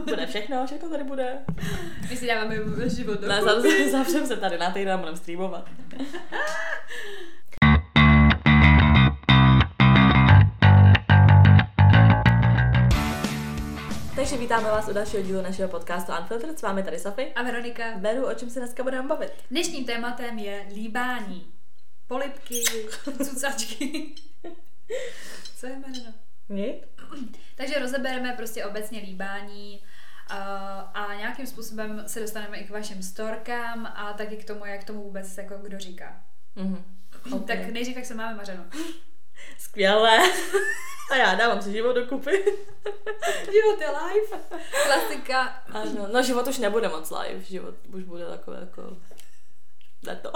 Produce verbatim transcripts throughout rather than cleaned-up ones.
bude všechno, všechno tady bude. My si dáváme život do kupy. Zavřem se tady na týden a budeme streamovat. Takže vítáme vás u dalšího dílu našeho podcastu Unfiltered. S vámi tady Sofie a Veronika. Beru, o čem se dneska budeme bavit. Dnešním tématem je líbání. Polibky, cucačky. Co je jméno? Nic. Takže rozebereme prostě obecně líbání a, a nějakým způsobem se dostaneme i k vašim storkám a taky k tomu, jak tomu vůbec jako kdo říká. Mm-hmm. Okay. Tak nejdřív, jak se máme, Mařeno. Skvělé. A já dávám si život dokupy. Život je live. Klasika. Ano, no život už nebude moc live. Život už bude takové jako... Jde to.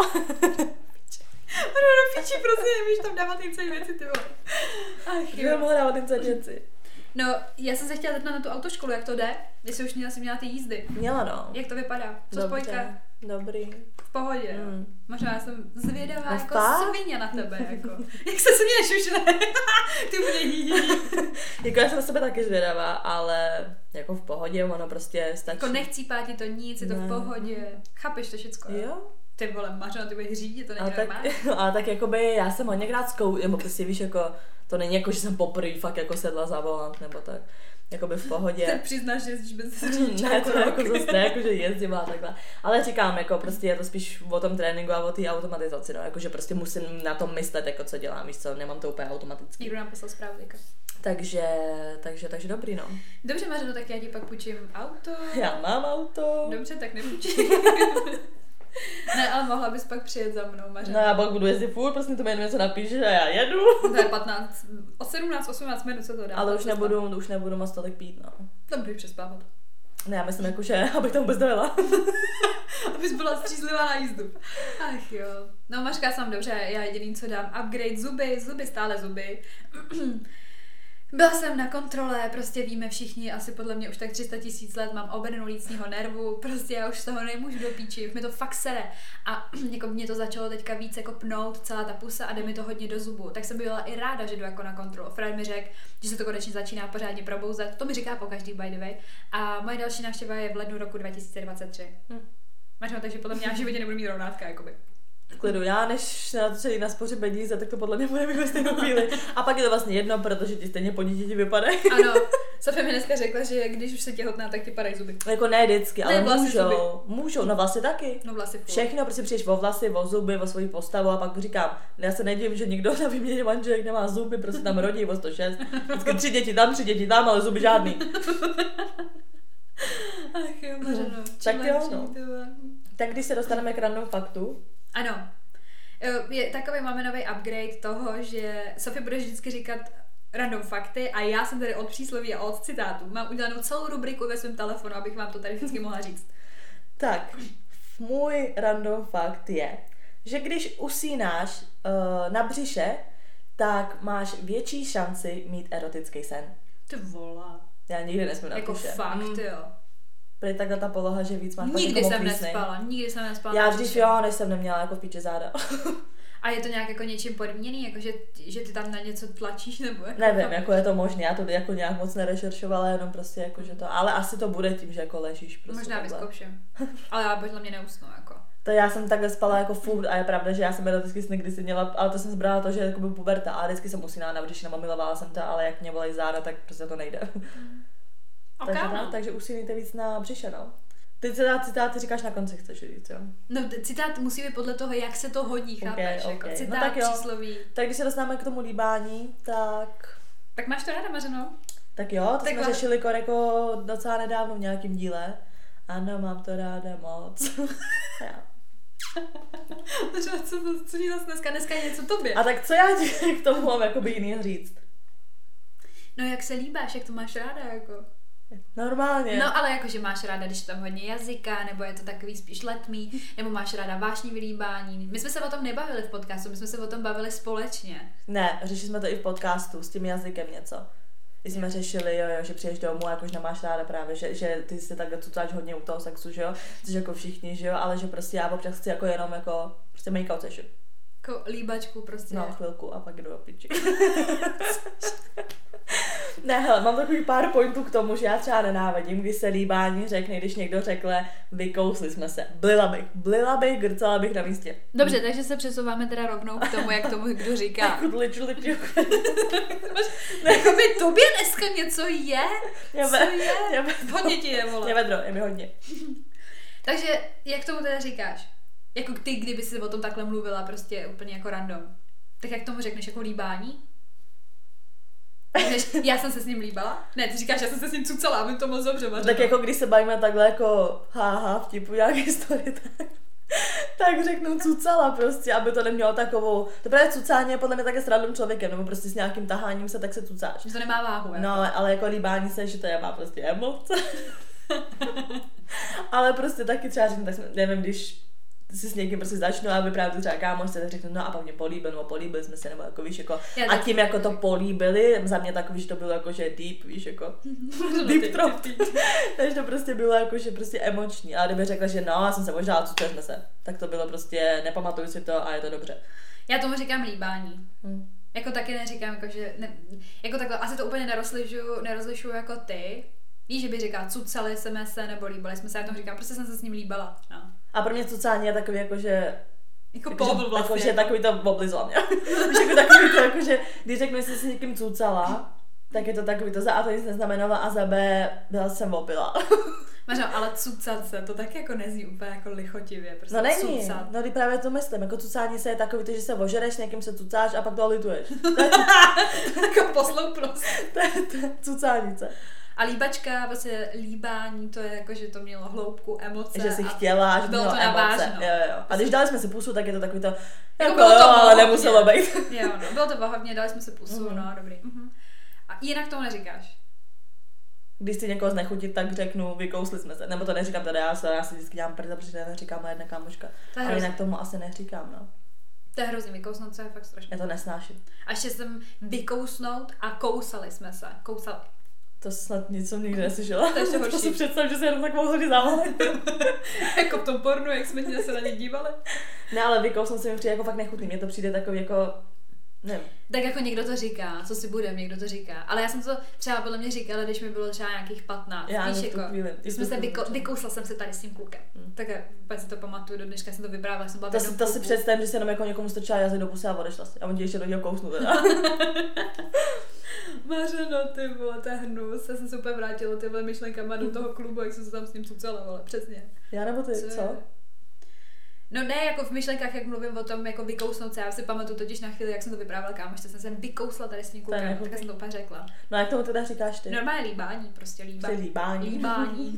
Ono do piči, prostě nemíš tam dávat ty celé věci, ty vole. Ach, jo. Mohla dávat ty celé věci. No, já jsem se chtěla zeptat na tu autoškolu, jak to jde? Jestli už měla, jsi měla ty jízdy. Měla, no. Jak to vypadá? Co spojka? Dobrý. V pohodě. Mm. Možná já jsem zvědavá no jako fakt? svině na tebe, jako. Jak se směješ už, ne? Ty bude jí. Jako já jsem na sebe taky zvědavá, ale jako v pohodě, ono prostě stačí. Jako nechcípá ti to nic, je to ne. v pohodě. Chápeš to všecko? Jo. Ty vole, Mařeno, ty budeš řídit, to není ale normální. Tak, ale tak jakoby já jsem hodněkrát zkou, nebo prostě víš, jako to není jako, že jsem poprvé fakt jako sedla za volant, nebo tak. Jakoby v pohodě. Ty přiznáš, že jezdíš bez řidiče. Ne, to jako zase ne, jako že jezdím a takhle. Ale říkám, jako prostě je to spíš o tom tréninku a o té automatizaci, no. Jakože prostě musím na tom myslet, jako co dělám, víš co, nemám to úplně automaticky. Někdo nám poslal zprávu, teďka. Takže, takže, takže dobrý, no. Dobře, Mařeno, tak já ti pak půjčím auto. Já mám auto. Dobře, tak nepůjčím. Ne, ale mohla bys pak přijet za mnou, Mařeno. No já pak budu jezdit furt, prostě to jméno něco napíše a já jedu. To je patnáct, o sedmnáct, osmnáct minut se to dá. Ale už nebudu, už nebudu moc tolik pít, no. Tam budeš přespávat. Ne, já myslím jako, že abych tam vůbec dojela. Abys byla střízlivá na jízdu. Ach jo. No Mařka, jsem dobře, já jediný co dám, upgrade zuby, zuby, stále zuby. Byla jsem na kontrole, prostě víme všichni, asi podle mě už tak tři sta tisíc let mám obrnu lícního nervu, prostě já už z toho nemůžu do píči, už mi to fakt sere. A jako mě to začalo teďka víc jako pnout celá ta pusa a jde mi to hodně do zubu. Tak jsem byla i ráda, že jdu jako na kontrolu. Fred mi řekl, že se to konečně začíná pořádně probouzet, to mi říká po každý, by the way. A moje další návštěva je v lednu roku dva tisíce dvacet tři. Hm. Máš takže podle mě já v životě nebudu mít rovnátka, jakoby. Klidu, já než na to celý naspořit peníze, tak to podle mě bude ve stejnou chvíli. A pak je to vlastně jedno, protože ti stejně po dítě ti vypadají. Ano, Sofie mi dneska řekla, že když už se těhotná, tak ti padají zuby. Jako ne vždycky, ale ne, můžou. Zuby. Můžou, no vlasy taky. No vlasy furt. Všechno, prostě přijdeš o vlasy, o zuby, o svoji postavu a pak říkám, já se nedivím, že nikdo na výměně manželek nemá zuby, prostě tam rodí o sto šest. Vždycky tři děti tam, tři děti tam, ale zuby žádný. Ach jo, Mařeno. Tak jo, no. Tak když se dostaneme k random faktu. Ano. Je takový máme nový upgrade toho, že Sofie bude vždycky říkat random fakty a já jsem tady od přísloví a od citátů. Mám udělanou celou rubriku ve svém telefonu, abych vám to tady vždycky mohla říct. Tak, můj random fakt je, že když usínáš uh, na břiše, tak máš větší šanci mít erotický sen. Ty vola. Já nikdy nesmím na jako břiše. Jako fakt, mm. jo. Prý takhle ta poloha, že víc máš nikdy jsem nespala, nikdy jsem nespala. Já dřív jo, než jsem neměla jako v píči záda. A je to nějak jako něčím podmíněný, jako že, že ty tam na něco tlačíš, nebo jako nevím, tam... jako je to možné, já to jako nějak moc nerešeršovala, jenom prostě jako, že to, ale asi to bude tím, že jako ležíš prostě. Možná vyzkouším, ale já podle mě neusnu, jako. To já jsem takhle spala jako furt a je pravda, že já jsem erotický sny kdysi měla, ale to jsem zbrala to, že jako byl puberta a vždycky jsem usínala na břiše, nebo milovala jsem to, ale jak mě volají záda, tak prostě to nejde. Mm. Okay, takže, no. takže usínejte víc na břiše, no. Ty citát, citáty říkáš na konci, chceš říct, jo? No, citát musí být podle toho, jak se to hodí, chápeš? Okay, okay. Jako citát, no, tak přísloví. Tak když se dostaneme k tomu líbání, tak... Tak máš to ráda, Mařeno? Tak jo, to tak jsme má... řešili jako docela nedávno v nějakém díle. Ano, mám to ráda moc. Mařeno, co, to, co ti zase dneska? Dneska je něco tobě. A tak co já ti k tomu mám jakoby jiný říct? No jak se líbáš, jak to máš ráda, jako... Normálně. No ale jakože máš ráda, když je tam hodně jazyka, nebo je to takový spíš letmý, nebo máš ráda vášnivý líbání. My jsme se o tom nebavili v podcastu, my jsme se o tom bavili společně. Ne, řešili jsme to i v podcastu s tím jazykem něco. Když jsme řešili, jo, jo, že přijdeš domů a jakož nemáš ráda právě, že, že ty si takhle cucáš hodně u toho sexu, že jo, což jako všichni, že jo, ale že prostě já občas chci jako jenom jako prostě make out session. Jako líbačku prostě. No, chvilku a pak jdu do piči. Ne, hele, mám takový pár pointů k tomu, že já třeba nenávidím, když se líbání řekne, když někdo řekne, vykousli jsme se. Blila bych, blila bych, grcala bych na místě. Dobře, takže se přesouváme teda rovnou k tomu, jak tomu kdo říká. Jako literally. Jakoby tobě dneska něco je? Co je? Hodně ti je, vole. Je vedro, je mi hodně. Takže, jak tomu teda říkáš? Jako ty, kdyby si o tom takhle mluvila, prostě úplně jako random. Tak jak tomu řekneš, jako líbání? Než, já jsem se s ním líbala? Ne, ty říkáš, já jsem se s ním cucala, abych to moc dobře vařila. Tak jako když se bavíme takhle jako haha vtipu nějaký story, tak, tak řeknu cucala prostě, aby to nemělo takovou, to právě cucání je podle mě také s random člověkem, nebo prostě s nějakým taháním se, tak se cucáš. Že to nemá váhu. No, ale, ale jako líbání se, že to je má prostě emoce. Ale prostě taky třeba řeknu, tak jsme, nevím, když si s někým prostě začnu a vyprávět třeba kámošce, tak řeknu, no a pak mě políbil, nebo políbili jsme se, nebo jako víš, jako, a tím jako to políbili, za mě takový, že to bylo jako, že deep, víš, jako, deep throat, takže to prostě bylo jako, že prostě emoční, ale kdyby řekla, že no, já jsem se možná, co jsme se, tak to bylo prostě, nepamatuju si to a je to dobře. Já tomu říkám líbání. Hmm. Jako taky neříkám, jako, že, ne, jako takhle, asi to úplně nerozlišuju, nerozlišuju jako ty. Víš, že by říkal, cucali jsme se nebo líbali jsme se, já tomu říkám, prostě jsem se s ním líbala. No. A pro mě cucání je takový jako, že Jako, jako pobl vlastně. Jako, že takový to oblizla mě. Jako takový to, jako, že když řeknu, jestli jsi s někým cucala, tak je to takový to za A to nic neznamenalo a za B byla jsem opila. Mážo, ale cucat se, to taky jako nezní úplně jako lichotivě. Prostě no není, cucat. no ty právě to myslím, jako cucání se je takový to, že se ožereš, někým se cucáš a pak to lituješ. To je jako posloupnost. To je cucánice. A líbačka, vlastně líbání, to je jako, že to mělo hloubku, emoce. Že jsi chtěla, že bylo mělo to emoce. navážno. Jo, jo. A když dali jsme si pusu, tak je to takový to, jako, jako bylo to jo, ale bohovně. nemuselo být. Jo, no, bylo to bohovně, dali jsme si pusu, Mm. no, dobrý. Uh-huh. A jinak tomu neříkáš. Když si někoho znechutit, tak řeknu, vykousli jsme se. Nebo to neříkám teda, já, se, já si vždycky dělám prda, protože neříkám moje jedna kámoška. Ale jinak tomu asi neříkám, no. To je hrozný, vykousnout se je fakt strašně. Já to nesnáším. A ještě jsem vykousnout a kousali jsme se. Kousali. To snad nic jsem nikdy neslyšela. To je ještě horší. To si představ, že se jenom takovou hodně závolí. Jako v tom pornu, jak jsme se na ně dívali. Ne, ale vykousnout se mi přijde jako fakt nechutný. Mně to přijde takový jako, nevím. Tak jako někdo to říká, co si budem, někdo to říká. Ale já jsem to třeba podle mě říkala, když mi bylo třeba nějakých patnáct. Já Víš, v tu jako, chvíli. jsme se vyko- vykousla jsem se tady s tím klukem. Hmm. Tak úplně si to pamatuju, do dneška jsem to vyprávěla, jsem byla To, si, to si představím, že se jenom jako někomu strčila jazyk do pusy a odešla si. A on ti ještě do něho kousnu teda. Mařeno, ty vole, to je hnus. Já jsem se úplně vrátila tyhle myšlenkama do toho klubu, jak jsem se tam s ním cucala, vole, přesně. Já nebo ty, co? co? No ne, jako v myšlenkách, jak mluvím o tom, jako vykousnout se. Já si pamatuju totiž na chvíli, jak jsem to vyprávěla kámošce, jsem se vykousla tady s tím klukem, tak jsem to úplně řekla. No jak tomu teda říkáš ty? Normálně líbání, prostě líbání. líbání. Líbání.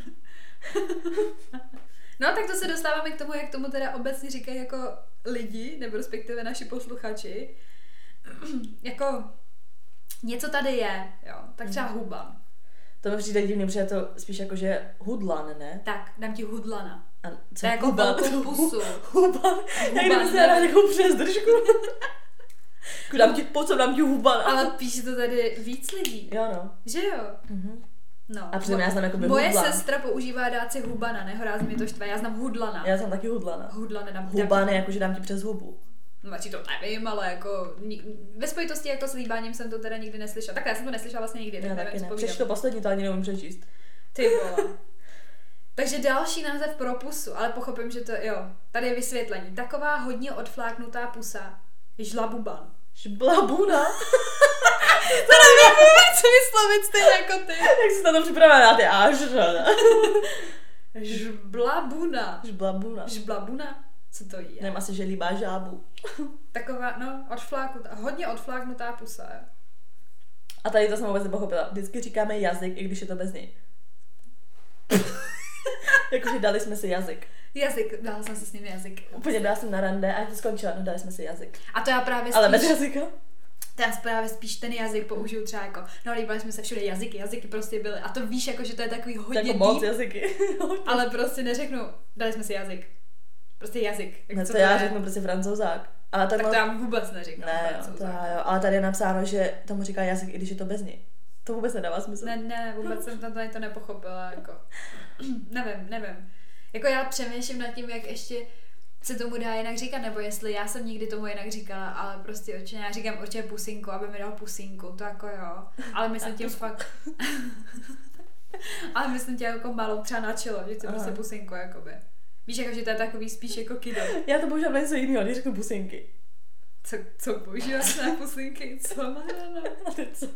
No tak to se dostáváme k tomu, jak tomu teda obecně říkají jako lidi, nebo respektive naši posluchači. Jako něco tady je, jo, tak třeba huban. To mi přijde divný, protože je to spíš jako, že hudlan, ne? Tak, dám ti hudlana. A co to je jako huban? velkou pusu. Huban? Jak kdyby si dala nějakou přezdržku. Dám ti, po co dám ti huban? Ale píše to tady víc lidí. Jo no. Že jo? Mhm. No. A přitom já znám jako by Moje hudlan. sestra používá dát si hubana, nehorází mi to štve, já znám hudlana. Já jsem taky hudlana. Hudlana dám. Huban je jako, že dám ti přes hubu. No, či to nevím, ale jako ve spojitosti jako s líbáním jsem to teda nikdy neslyšela. Takhle, já jsem to neslyšela vlastně nikdy. Já tak taky nevím, ne. Přečti to poslední, to ani neumím přečíst. Ty vole. Takže další název pro pusu, ale pochopím, že to, jo, tady je vysvětlení. Taková hodně odfláknutá pusa. Žlabuban. Žblabuna? To nevím vůbec vyslovit stejně jako ty. Jak jsi na to připravila na ty až. Žblabuna. Žblabuna. Žblabuna? Co to je? Nevím, asi, že líbá žábu. Taková, no, odfláknutá, hodně odfláknutá pusa, jo. A tady to jsem vůbec nepochopila. Vždycky říkáme jazyk, i když je to bez něj. Jakože dali jsme si jazyk. Jazyk, dala jsem si s ním jazyk. Úplně byla jsem na rande a to skončila, no dali jsme si jazyk. A to já právě spíš... Ale bez jazyka? To já právě spíš ten jazyk použiju třeba jako, no líbili jsme se všude jazyky, jazyky prostě byly. A to víš jako, že to je takový hodně jako moc deep, jazyky. ale prostě neřeknu, dali jsme si jazyk. Prostě jazyk. No Co to já je? řeknu prostě francouzák. Ale Tak tak to já vůbec neřeknu. Ne, jo, to já, jo. Ale tady je napsáno, že tomu říká jazyk, i když je to bez něj. To vůbec nedává smysl. Ne, ne, vůbec jsem to tady to nepochopila, jako. nevím, nevím. Jako já přemýšlím nad tím, jak ještě se tomu dá jinak říkat, nebo jestli já jsem nikdy tomu jinak říkala, ale prostě určitě, já říkám určitě pusinku, aby mi dal pusinku, to jako jo, ale myslím tím fakt, ale myslím tě jako malou třeba na čelo, že chci Aha. prostě pusinku, jakoby. Víš, jako, že to je takový spíš jako kido. Já to používám něco jiného, když řeknu pusinky. Co, co používáš na pusinky? Co má no? A ty co?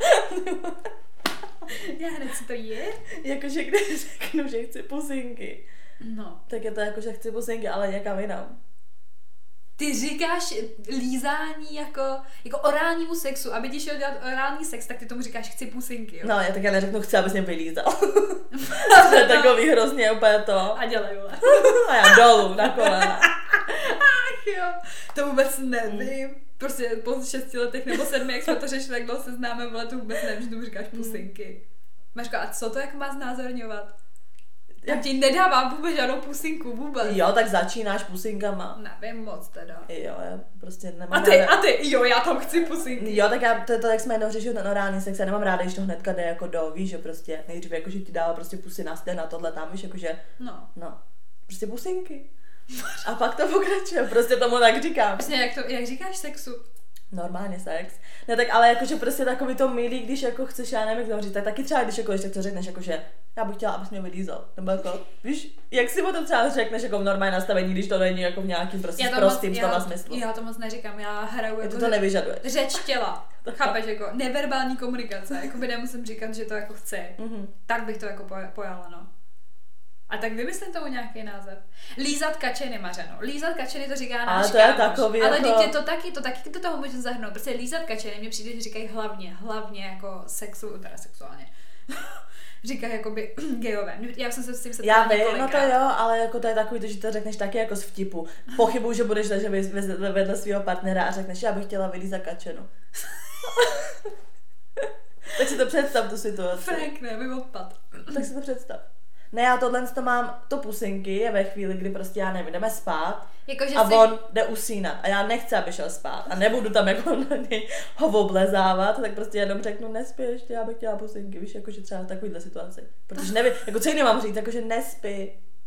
Já hned si to je? Jakože když řeknu, že chci pusinky, no. tak je to jako, že chci pusinky, ale někam jinam. Ty říkáš lízání jako, jako orálnímu sexu, aby ti šel dělat orální sex, tak ty tomu říkáš chci pusinky, jo? No, já tak já neřeknu chci, abys mě vylízal. To je takový hrozně úplně to. A dělej, vole. A já dolů, na kolena. Ach jo, to vůbec nevím. Mm. Prostě po šesti letech nebo sedmi, jak jsme to řešili, jak dlouho se známe, vole, to vůbec nevím, že tomu říkáš pusinky. Maško, a co to jak má znázorňovat? Já ti nedávám vůbec žádnou pusinku, vůbec. Jo, tak začínáš pusinkama. Nevím moc teda. Jo, já prostě nemám A ty, ráda. a ty, jo, já tam chci pusinky. Jo, tak já, to je to, jak jsme jednou řešili ten orální sex, já nemám ráda, když to hnedka jde jako do, víš, že prostě nejdřív jako, že ti dává prostě pusy na sten a tohle tam, víš, jakože, no. no, prostě pusinky. A pak to pokračuje, prostě tomu tak říkám. Vlastně jak, to, jak říkáš sexu? Normálně sex. Ne, tak ale jakože prostě takový to milý, když jako chceš, já nevím, jak to říct, tak taky třeba, když jako ještě to řekneš, jakože já bych chtěla, abys mě vylízal. Nebo jako, víš, jak si o tom třeba řekneš jako v normální nastavení, když to není jako v nějakým prostě prostým slova smyslu. Já to moc neříkám, já hraju jako ty to nevyžaduješ. Řeč těla. Chápeš, jako neverbální komunikace, jako by nemusím říkat, že to jako chci. Mm-hmm. Tak bych to jako pojala, no. A tak vymyslím tomu nějaký název. Lízat kačeny, Mařeno. Lízat kačeny to říká náš Ale to je kámoš. takový Ale jako... je to taky, to taky to toho můžu zahrnout. Prostě lízat kačeny, mně přijde, že říkají hlavně, hlavně jako sexu, teda sexuálně. Říkají jakoby gejové. Já jsem se s tím setkala Já vím, no to jo, ale jako to je takový to, že to řekneš taky jako z vtipu. Pochybuju, že budeš ležet vedle svého partnera a řekneš, já bych chtěla vylízat kačenu. Tak si to představ, tu situaci. Frank, ne, by odpad. Tak si to představ. Ne, já tohle to mám, to pusinky je ve chvíli, kdy prostě já nevím, jdeme spát jako, a si... on jde usínat a já nechci, aby šel spát a nebudu tam jako na něj ho oblezávat, tak prostě jenom řeknu nespí ještě, já bych chtěla pusinky, víš, jakože třeba v takovýhle situaci. Protože nevím, jako co jiný mám říct, jakože nespí.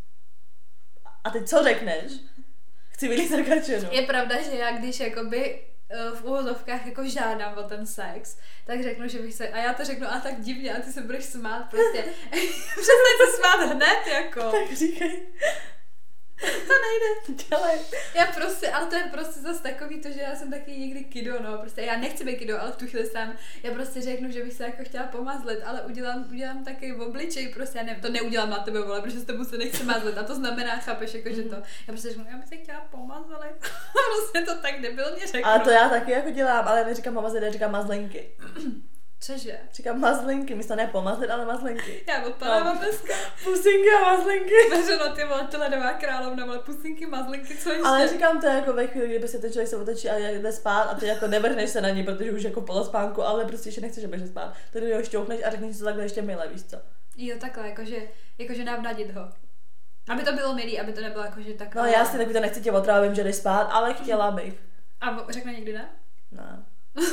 A teď co řekneš? Chci vylízat kačenu. Je pravda, že já když jakoby v uvozovkách jako žádám o ten sex, tak řeknu, že bych se, a já to řeknu a tak divně a ty se budeš smát prostě. Přestaň se smát hned, jako. Tak říkej. To nejde. Dělej. Já prostě, ale to je prostě zase takový to, že já jsem taky někdy kido, no, prostě já nechci být kido, ale v tu chvíli jsem, já prostě řeknu, že bych se jako chtěla pomazlit, ale udělám, udělám taky v obličej, prostě já nevím, to neudělám na tebe, vole, protože s tebou se nechci mazlit a to znamená, chápeš, jako, že to, já prostě řeknu, já bych se chtěla pomazlit, prostě to tak debilně řeknu. Ale to já taky jako dělám, ale neříkám pomazlit, já říkám mazlenky. Cože? Říkám mazlinky, místo ne pomazlit, ale mazlinky. Já odpadávám dneska. Pusinky a mazlinky. Veřeno, ty vole, ty ledová královna, ale pusinky, mazlinky, co ještě? Ale říkám to jako ve chvíli, kdyby se ten člověk se otočí a jde spát a ty jako nevrhneš se na ní, protože už jako polospánku, ale prostě ještě nechceš, aby šel spát. Tedy ho šťouchneš a řekneš si to takhle ještě milé, víš co? Jo, takhle, jakože, jakože navnadit ho. Aby to bylo milý, aby to nebylo jakože tak. No jasně, tak to nechci tě otrávit, vím, že jdeš spát, ale chtěla bych. A řekne někdy ne? Ne.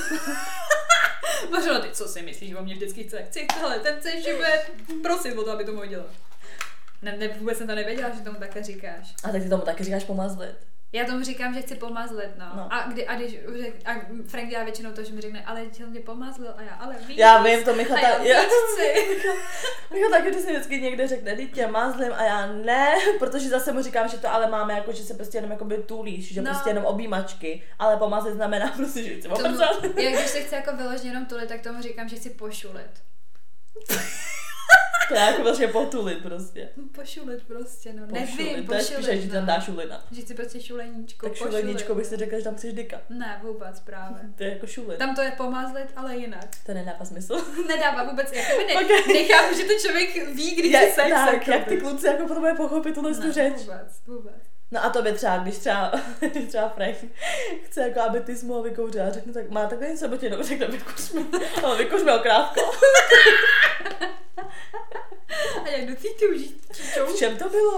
Mařeno, ty co si myslíš o mě vždycky chce? Chci, hele, ten chce ještě bude prosit o to, aby to mohl dělat. Ne, ne, vůbec jsem to nevěděla, že tomu také říkáš. A tak ty tomu taky říkáš pomazlit. Já tomu říkám, že chci pomazlit, no. no. A, kdy, a když řek, a Frank dělá většinou to, že mi řekne, ale chtěl mě pomazlil a já, ale víc. Já vím, to Michal ta, já chci. Michal taky přesně vždycky někde řekne, teď tě mazlím a já ne, protože zase mu říkám, že to ale máme jako, že se prostě jenom jakoby tulíš, že no. prostě jenom objímačky, ale pomazlit znamená prostě, že chci pomazat. Já když se chci jako vyložit jenom tulit, tak tomu říkám, že chci pošulit. To je jako vlastně potulit prostě. Pošulit prostě, no. Pošulit. Nevím, to je pošulit. Spíš, že tam dá šulina. Že chci prostě šuleníčko, tak šuleníčko bych si řekla, že tam chceš dyka. Ne, vůbec právě. To je jako šulit. Tam to je pomazlit, ale jinak. To nedává smysl. Nedává vůbec, jakoby ne, okay. Nechápu, že ten člověk ví, když je sex. Tak, jak ty kluci jako potom je pochopit tuhle tu řeč. Vůbec, vůbec. No a to by třeba, když třeba, když třeba Frank chce jako, aby ty jsi mu ho vykouřila, řekne tak, má takhle něco, bo tě jenom řekne, vykuř mi, ale vykuř mi okrátko. A jak do ty ty užít? V čem to bylo?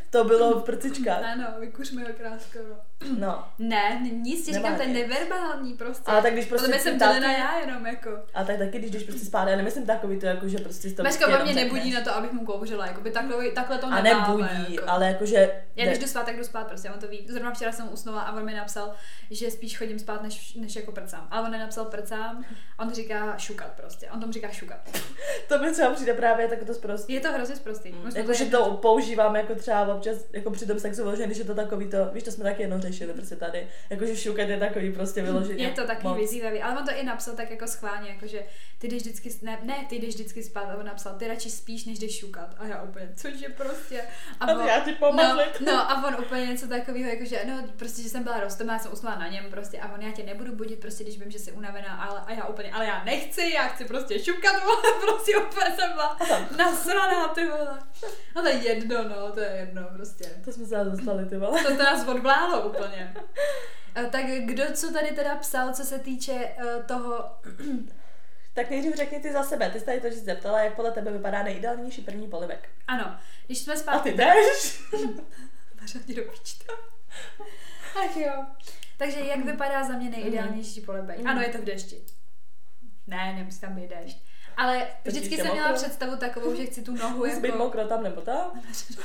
To bylo v prcičkách. Ano, vykuřme ho kráskou. No. Ne, nic, ti říkám, ten neverbální prostě. Ale tak když prostě... Podle jsem dělená já jenom jako. A tak taky, když jdeš prostě spát, já nemyslím takový to, jako, že prostě to Mařka po mě nebudí na to, abych mu kouřila, jakoby takhle, takhle to nemáme. A nebudí, jako. Ale jakože... Já když jdu spát, tak jdu spát prostě, on to ví. Zrovna včera jsem usnula a on mi napsal, že spíš chodím spát, než, než jako prcám. Ale on nenapsal prcám, on říká šukat prostě, on tomu říká šukat. To mi třeba přijde právě tak to sprostý. Je to hrozně sprostý. Mm. Jakože to používám jako třeba občas, jako při tom sexu vyložený, když je to takový to, víš, to jsme taky jednou řešili prostě tady, jakože šukat je takový prostě vyložený. Je to takový vyzývavý, ale on to i napsal tak jako schválně, jakože ty jdeš vždycky, ne, ne, ty jdeš vždycky spát, a on napsal, ty radši spíš, než jdeš šukat. A já úplně, což je prostě. A, on, a já ti pomazlit. No, no, a on úplně něco takového, jakože, no, prostě, že jsem byla roztomá, já jsem usnula na něm prostě, a on, já tě nebudu budit, prostě, když vím, že jsi unavená, ale, a já úplně, ale já nechci, já chci prostě šukat, vole, prostě úplně jsem byla nasraná, ty vole. No to je jedno, no, to je jedno, prostě. To jsme se dostali, ty vole. To, to nás odvlálo úplně. Tak kdo co tady teda psal, co se týče uh, toho... Tak nejdřív řekni ty za sebe. Ty jsi tady to že zeptala, jak podle tebe vypadá nejideálnější první polibek. Ano, když jsme spát... A ty jdeš? Nařadí do píčta. Ach jo. Takže jak vypadá za mě nejideálnější polibek? Ano, je to v dešti. Ne, nemusí tam být déšť. Ale vždycky jsem měla představu takovou, že chci tu nohu jako... Zbyt mokro tam nebo tam?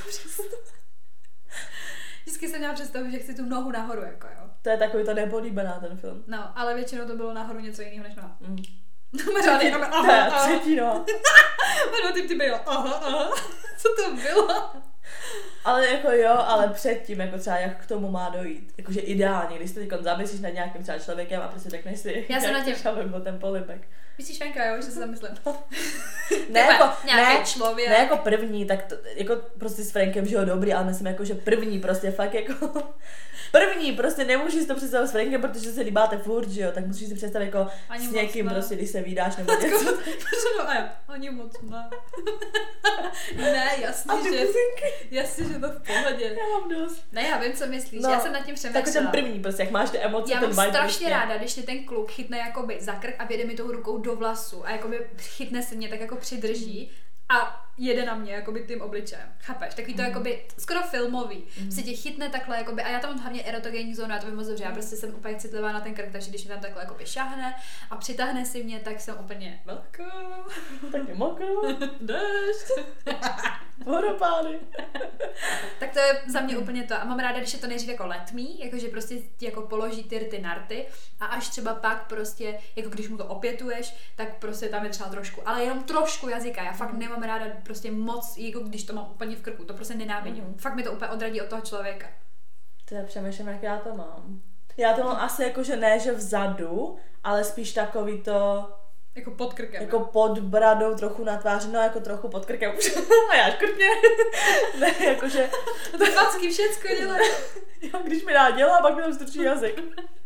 Vždycky jsem měla představu, že chci tu nohu nahoru, jako jo. To je takový to nepolíbená ten film. No, ale většinou to bylo nahoru něco jiného než noha. Mm. Třetí, jenom, aha, aha. Třetí noha. Ano, ty ty bylo, aha, aha. Co to bylo? Ale jako jo, ale předtím, jako třeba jak k tomu má dojít. Jakože ideálně, když se teď zamyslíš nad nějakým třeba člověkem a prostě řekneš si, já jsem na těm... třeba byl ten polibek. Myslíš venka, jo, že se zamyslím. ne, jako, nějaký ne, člověk. Ne jako první, tak to, jako prostě s Frankem, že jo, dobrý, ale myslím jako, že první prostě fakt jako... První, prostě nemůžeš si to představit s Frankem, protože se líbáte furt, že jo, tak musíš si představit jako ani s někým prostě, když se vídáš nebo něco. No a jo, ani moc ne. Ne, jasně, že... Jasně, že to v pohodě. Já mám dost. Ne, já vím, co myslíš, no, já jsem nad tím přemýšlela. Tak ten první prostě, jak máš ty emoce, já ten vibe. Já mám strašně prostě. ráda, když mě ten kluk chytne jakoby za krk a vjede mi tou rukou do vlasu a jakoby chytne se mě, tak jako přidrží a jede na mě jakoby tím obličejem. Chápeš? Takový to mm. jakoby skoro filmový. Mm. Se tě chytne takhle jakoby, a já tam mám hlavně erotogenní zónu, já to vím moc dobře, já prostě jsem úplně citlivá na ten krk, takže když mě tam takhle jakoby šahne a přitáhne si mě, tak jsem úplně velkou. Taky mokro. Dešť. Vodopády. Tak to je za mě úplně to. A mám ráda, když je to nejdřív jako letmý, jakože prostě ti jako položí ty rty narty a až třeba pak prostě, jako když mu to opětuješ, tak prostě tam je třeba trošku, ale jenom trošku jazyka. Já fakt nemám ráda prostě moc, jako když to mám úplně v krku, to prostě nenávidím. Mm. Fakt mi to úplně odradí od toho člověka. To je přemýšlím, jak já to mám. Já to mám asi jako, že ne, že vzadu, ale spíš takový to... Jako pod krkem. Jako ne? Pod bradou, trochu na tváři, no jako trochu pod krkem. A já škrtně. Ne, jakože... To facky všecko dělá. Jo, když mi dá dělá, pak mi tam strčí jazyk.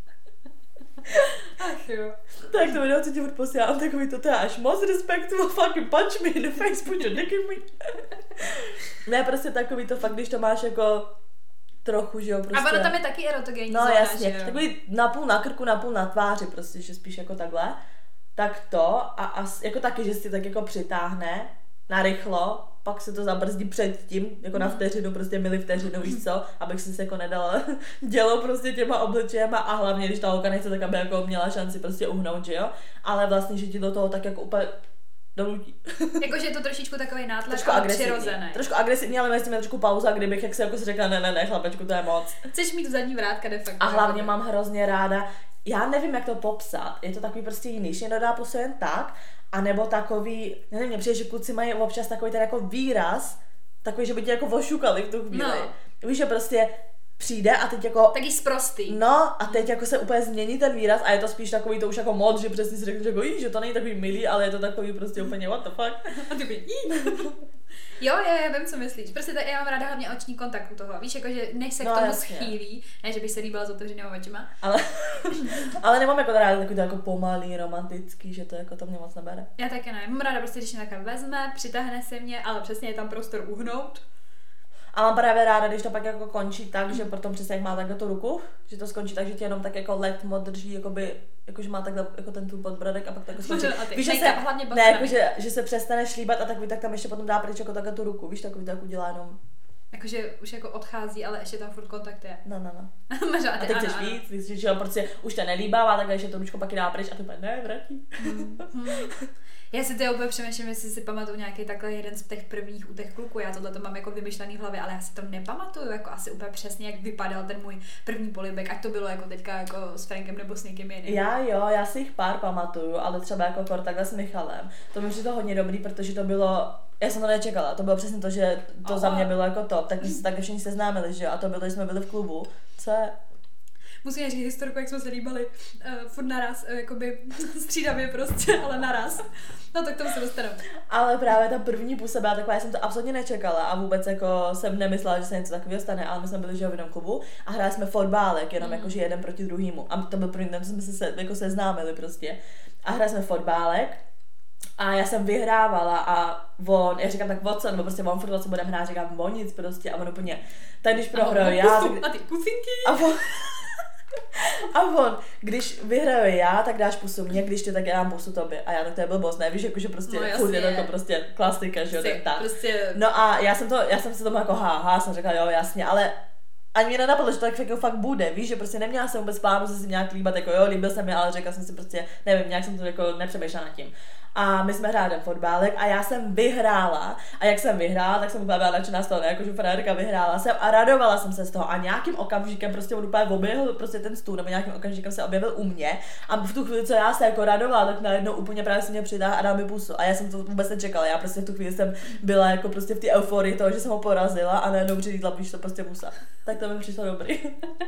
Ach jo. Tak to video, co ti odposílám, takový to, to je až moc respektu, fucking punch me in the face, put your dick in me. Ne, prostě takový to fakt, když to máš jako trochu, že jo, prostě. A ono tam je taky erotogenní no, zóna, jasně, že jo. Takový napůl na krku, napůl na tváři, prostě, že spíš jako takhle. Tak to a, a jako taky, že si tak jako přitáhne narychlo, pak se to zabrzdí předtím, jako na vteřinu, prostě mili vteřinu, víš co, abych si se jako nedala dělo prostě těma obličejema a hlavně, když ta holka nechce, tak aby jako měla šanci prostě uhnout, že jo, ale vlastně, že ti do toho tak jako úplně donutí. Jakože je to trošičku takový nátlak, trošku ale agresivní. přirozený. Trošku agresivní, ale mezi tím je trošku pauza, kdybych jak se jako si řekla, ne, ne, ne, chlapečku, to je moc. Chceš mít zadní vrátka de facto. A hlavně mám hrozně ráda, já nevím, jak to popsat, je to takový prostě jiný, že nedá prostě jen tak, anebo takový, nevím, mě přijde, že kluci mají občas takový ten jako výraz, takový, že by tě jako ošukali v tu chvíli. No. Víš, že prostě přijde a teď jako... Taky sprostý. No a teď jako se úplně změní ten výraz a je to spíš takový to už jako moc, že přesně si řekneš jako jí, že to není takový milý, ale je to takový prostě úplně what the fuck. A ty by Jo, jo, já vím, co myslíš. Prostě to, já mám ráda hlavně oční kontakt u toho. Víš, jakože než se k no, tomu jasně. schýlí, ne, že bych se líbila s otevřenýma očima. Ale, ale nemám jako ráda takový to jako pomalý, romantický, že to jako to mě moc nebere. Já taky ne. Mám ráda prostě, když mě takhle vezme, přitáhne se mě, ale přesně je tam prostor uhnout. A mám právě ráda, když to pak jako končí tak, že potom přesně jak má takhle tu ruku, že to skončí tak, že tě jenom tak jako letmo drží, jakoby, jakože má takhle jako ten tu podbradek a pak tak skončí. Víš, že se, ne, jako, že, že se přestane šlíbat a takový, tak tam ještě potom dá pryč jako takhle tu ruku, víš, takový to jako dělá jenom Jakože už jako odchází, ale ještě tam furt kontakt je. No, no, no. Možná, a ty chceš ano, víc, ty chceš, že prostě už to nelíbává, tak ještě to ručko pak dá pryč a ty úplně ne, vrátí. Hmm. Hmm. Já si to úplně přemýšlím, jestli si pamatuju nějaký takhle jeden z těch prvních u těch kluků, já tohle to mám jako vymyšlený v hlavě, ale já si to nepamatuju jako asi úplně přesně, jak vypadal ten můj první polibek, ať to bylo jako teďka jako s Frankem nebo s někým jiným. Já jo, já si jich pár pamatuju, ale třeba jako kor takhle s Michalem, to mi přišlo hodně dobrý, protože to bylo, já jsem to nečekala, to bylo přesně to, že to Aha. za mě bylo jako top, tak jsme se tak všichni seznámili, že jo, a to bylo, že jsme byli v klubu, co je... Musím říct historku, jak jsme se líbali uh, furt naraz, uh, jakoby střídavě prostě, ale naraz. No tak tomu se dostanu. Ale právě ta první pusa byla taková, já jsem to absolutně nečekala a vůbec jako jsem nemyslela, že se něco takového stane, ale my jsme byli že v jednom klubu a hráli jsme fotbálek, jenom mm. jakože jeden proti druhému. A to byl první den, co jsme se, se jako seznámili prostě. A hráli jsme fotbálek. A já jsem vyhrávala a on, já říkám tak o co, nebo prostě on furt o co budeme hrát, říkám o nic prostě a on úplně, tak když prohraju já... Tak... A ty pusinky! A on, a on, když vyhraju já, tak dáš pusu mě, když ty, tak já dám pusu tobě. A já, tak to je blbost, ne, víš, jakože prostě no, furt je to jako prostě klasika, že jo, tak. Prostě... No a já jsem to, já jsem se tomu jako haha, jsem řekla jo, jasně, ale ani mě nenapadlo, že to tak jako fakt bude, víš, že prostě neměla jsem vůbec plánu se si nějak líbat, jako jo, líbil jsem mi, ale řekla jsem si prostě, nevím, nějak jsem to jako nepřemýšlela nad tím. A my jsme hráli ten fotbálek a já jsem vyhrála a jak jsem vyhrála, tak jsem úplně byla nadšená z toho, jakože frajerka vyhrála jsem a radovala jsem se z toho a nějakým okamžikem prostě on úplně objevil prostě ten stůl, nebo nějakým okamžikem se objevil u mě a v tu chvíli, co já se jako radovala, tak najednou úplně právě se mě přidá a dá mi pusu a já jsem to vůbec nečekala, já prostě v tu chvíli jsem byla jako prostě v té euforii toho, že jsem ho porazila a najednou přilítla, víš, to prostě pusa. Tak to mi přišlo dobrý.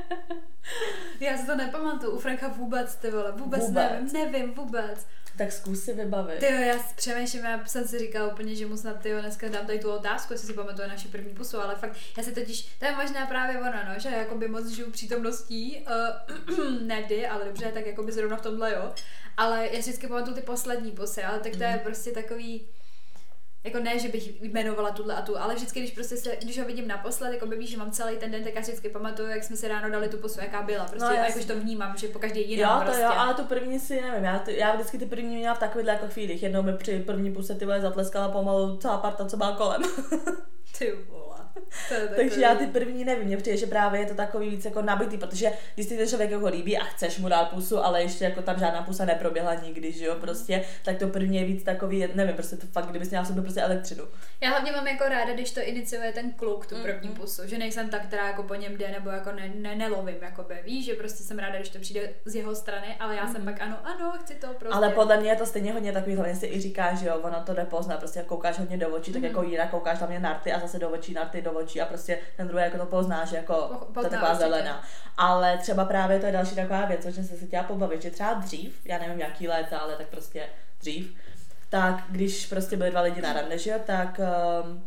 Já si to nepamatuju, u Franka vůbec, ty vole, vůbec, vůbec. nevím, nevím vůbec. Tak zkus si vybavit. Tyjo, já přemýšlím, já jsem si říkala úplně, že mu snad tyjo, dneska dám tady tu otázku, jestli si pamatuje naši první pusu, ale fakt, já si totiž, to je možná právě ono, no, že jakoby moc žiju přítomností, uh, ne vždy, ale dobře, tak jakoby zrovna v tomhle, jo, ale já si vždycky pamatuju ty poslední pusy, ale tak to je prostě takový, jako ne, že bych jmenovala tuhle a tu, ale vždycky, když prostě se, když ho vidím naposled, jako by víš, že mám celý ten den, tak já si vždycky pamatuju, jak jsme si ráno dali tu pusu, jaká byla. Prostě no, jakož to vnímám, že po každý jiná jo, prostě. Jo, ale tu první si nevím, já, ty, já vždycky ty první měla v takovýchhle jako chvílích. Jednou mi při první puse ty vole zatleskala pomalu celá parta, co byla kolem. Ty vole. Takže já ty první nevím, mně přijde, že právě je to takový víc jako nabitý, protože když si ten člověk jako líbí a chceš mu dát pusu, ale ještě jako tam žádná pusa neproběhla nikdy, že jo, prostě, tak to první je víc takový, nevím, prostě to fakt, kdybys měla v sobě prostě elektřinu. Já hlavně mám jako ráda, když to iniciuje ten kluk, tu první mm-hmm. pusu, že nejsem tak, která jako po něm jde, nebo jako ne, ne, nelovím, jakoby, víš, že prostě jsem ráda, když to přijde z jeho strany, ale já mm-hmm. jsem pak ano, ano, chci to prostě. Ale podle mě je to stejně hodně takový, hlavně si i říkáš, že jo, ono to jde poznat, prostě koukáš hodně do očí, mm-hmm. tak jako jinak koukáš tam je narty a zase do očí, narty do očí a prostě ten druhý jako to pozná, že jako Pozná, to je taková zelená. Ale třeba právě to je další taková věc, o čem jsem se chtěla pobavit, že třeba dřív, já nevím jaký léta, ale tak prostě dřív, tak když prostě byli dva lidi na rande, že jo, tak um,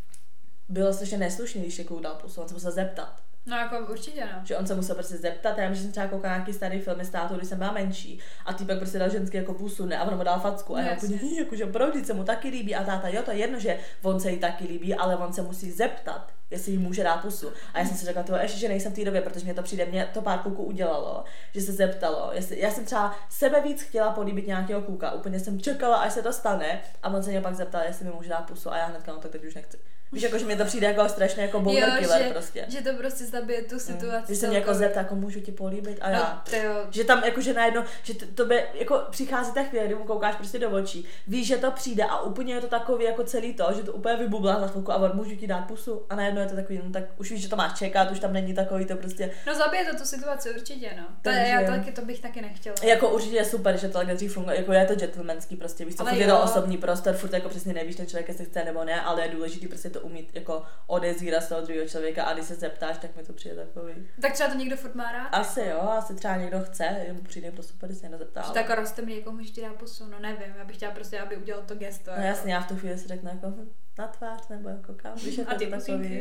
bylo strašně neslušný, když je kluk dal pusu, on se musel zeptat. No jako určitě no. Že on se musel prostě zeptat, já vím, že jsem třeba koukala nějaký starý filmy s tátou, když jsem byla menší a týpek prostě dal ženský jako pusu, ne, a on mu dal facku a no, já jako, jakože proč, se mu taky líbí a táta, jo, to je jedno, že on se jí taky líbí, ale on se musí zeptat, jestli jí může dát pusu. A já jsem si řekla, to ještě, že nejsem v té době, protože mě to přijde, mě to pár kluků udělalo, že se zeptalo, jestli, já jsem třeba sebe víc chtěla políbit nějakého kluka, úplně jsem čekala, až se to stane a on se mě pak zeptal, jestli mi může dát pusu a já hnedka, no tak teď už nechci. Víš, jako, že mě to přijde jako strašně jako boulder killer že, prostě. Že to prostě zabije tu situaci. Když se mě jako zeptá, jako můžu ti políbit a já. No, že tam jako, že najednou, že to, to by, jako přichází ta chvíle, kdy mu koukáš prostě do očí, víš, že to přijde a úplně je to takový jako celý to, že to úplně vybublá za chvilku a on, můžu ti dát pusu a najednou je to takový, no tak už víš, že to máš čekat, už tam není takový to prostě. No zabije to tu situaci určitě, no. To je, já taky, to bych taky nechtěla. Jako určitě je super, že to takhle dřív funguje, jako je to gentlemanský prostě, víš co, furt je to osobní prostor, furt jako přesně nevíš, ten člověk jestli chce nebo ne, ale je důležitý prostě to umít jako odezvírat z toho druhého člověka a když se zeptáš, tak mi to přijde takový. Tak třeba to někdo furt má rád? Asi jo, asi třeba někdo chce, jemu přijde prostě super, když se někdo zeptá. Že tak roste mi někomu, můžeš ti dát pusu, no nevím, já bych chtěla prostě, aby udělal to gesto. No jako. Jasně, já v tu chvíli si řeknu jako na tvář nebo jako kam, když je to a ty takový.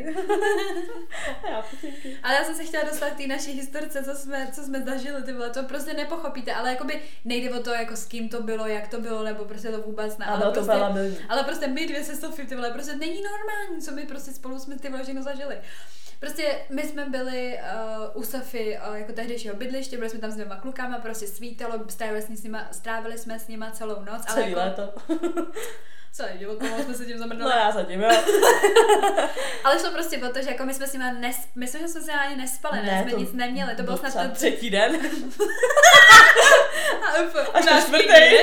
A já pusinky. Ale já jsem se chtěla dostat k té naší historce, co jsme, co jsme zažili, ty vole, to prostě nepochopíte, ale jakoby nejde o to, jako s kým to bylo, jak to bylo, nebo prostě to vůbec ne. Ale, ale, to prostě, byla ale prostě my dvě se Sofie, ty vole, prostě není normální, co my prostě spolu jsme ty vole všechno zažili. Prostě my jsme byli uh, u Sofie uh, jako tehdejšího bydliště, byli jsme tam s dvěma klukama, prostě svítalo, strávili jsme s nima, strávili jsme s nima celou noc. Celý ale jako, léto. celý život, pomohl jsme se tím zamrdali. No já se tím, jo. Ale šlo prostě o to, že jako my jsme s nimi nes... myslím, že jsme si ani nespali, ne, ne jsme to nic neměli, to bylo snad to... třetí den. A úplně, až na čtvrtý.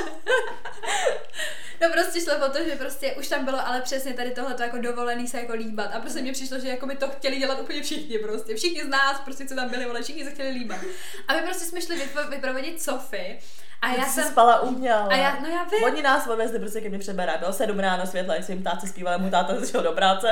No prostě šlo o to, že prostě už tam bylo, ale přesně tady tohleto jako dovolený se jako líbat a prostě mně přišlo, že jako by to chtěli dělat úplně všichni prostě, všichni z nás prostě, co tam byli, ale všichni se chtěli líbat. A my prostě jsme šli vypro- vyprovodit Sofii. A já jsem spala u mě, ale a já, no já vím. Oni nás odvezli prostě ke mně přeberá. Bylo sedm ráno světla, jak svým táci zpívali, můj táta zašel do práce.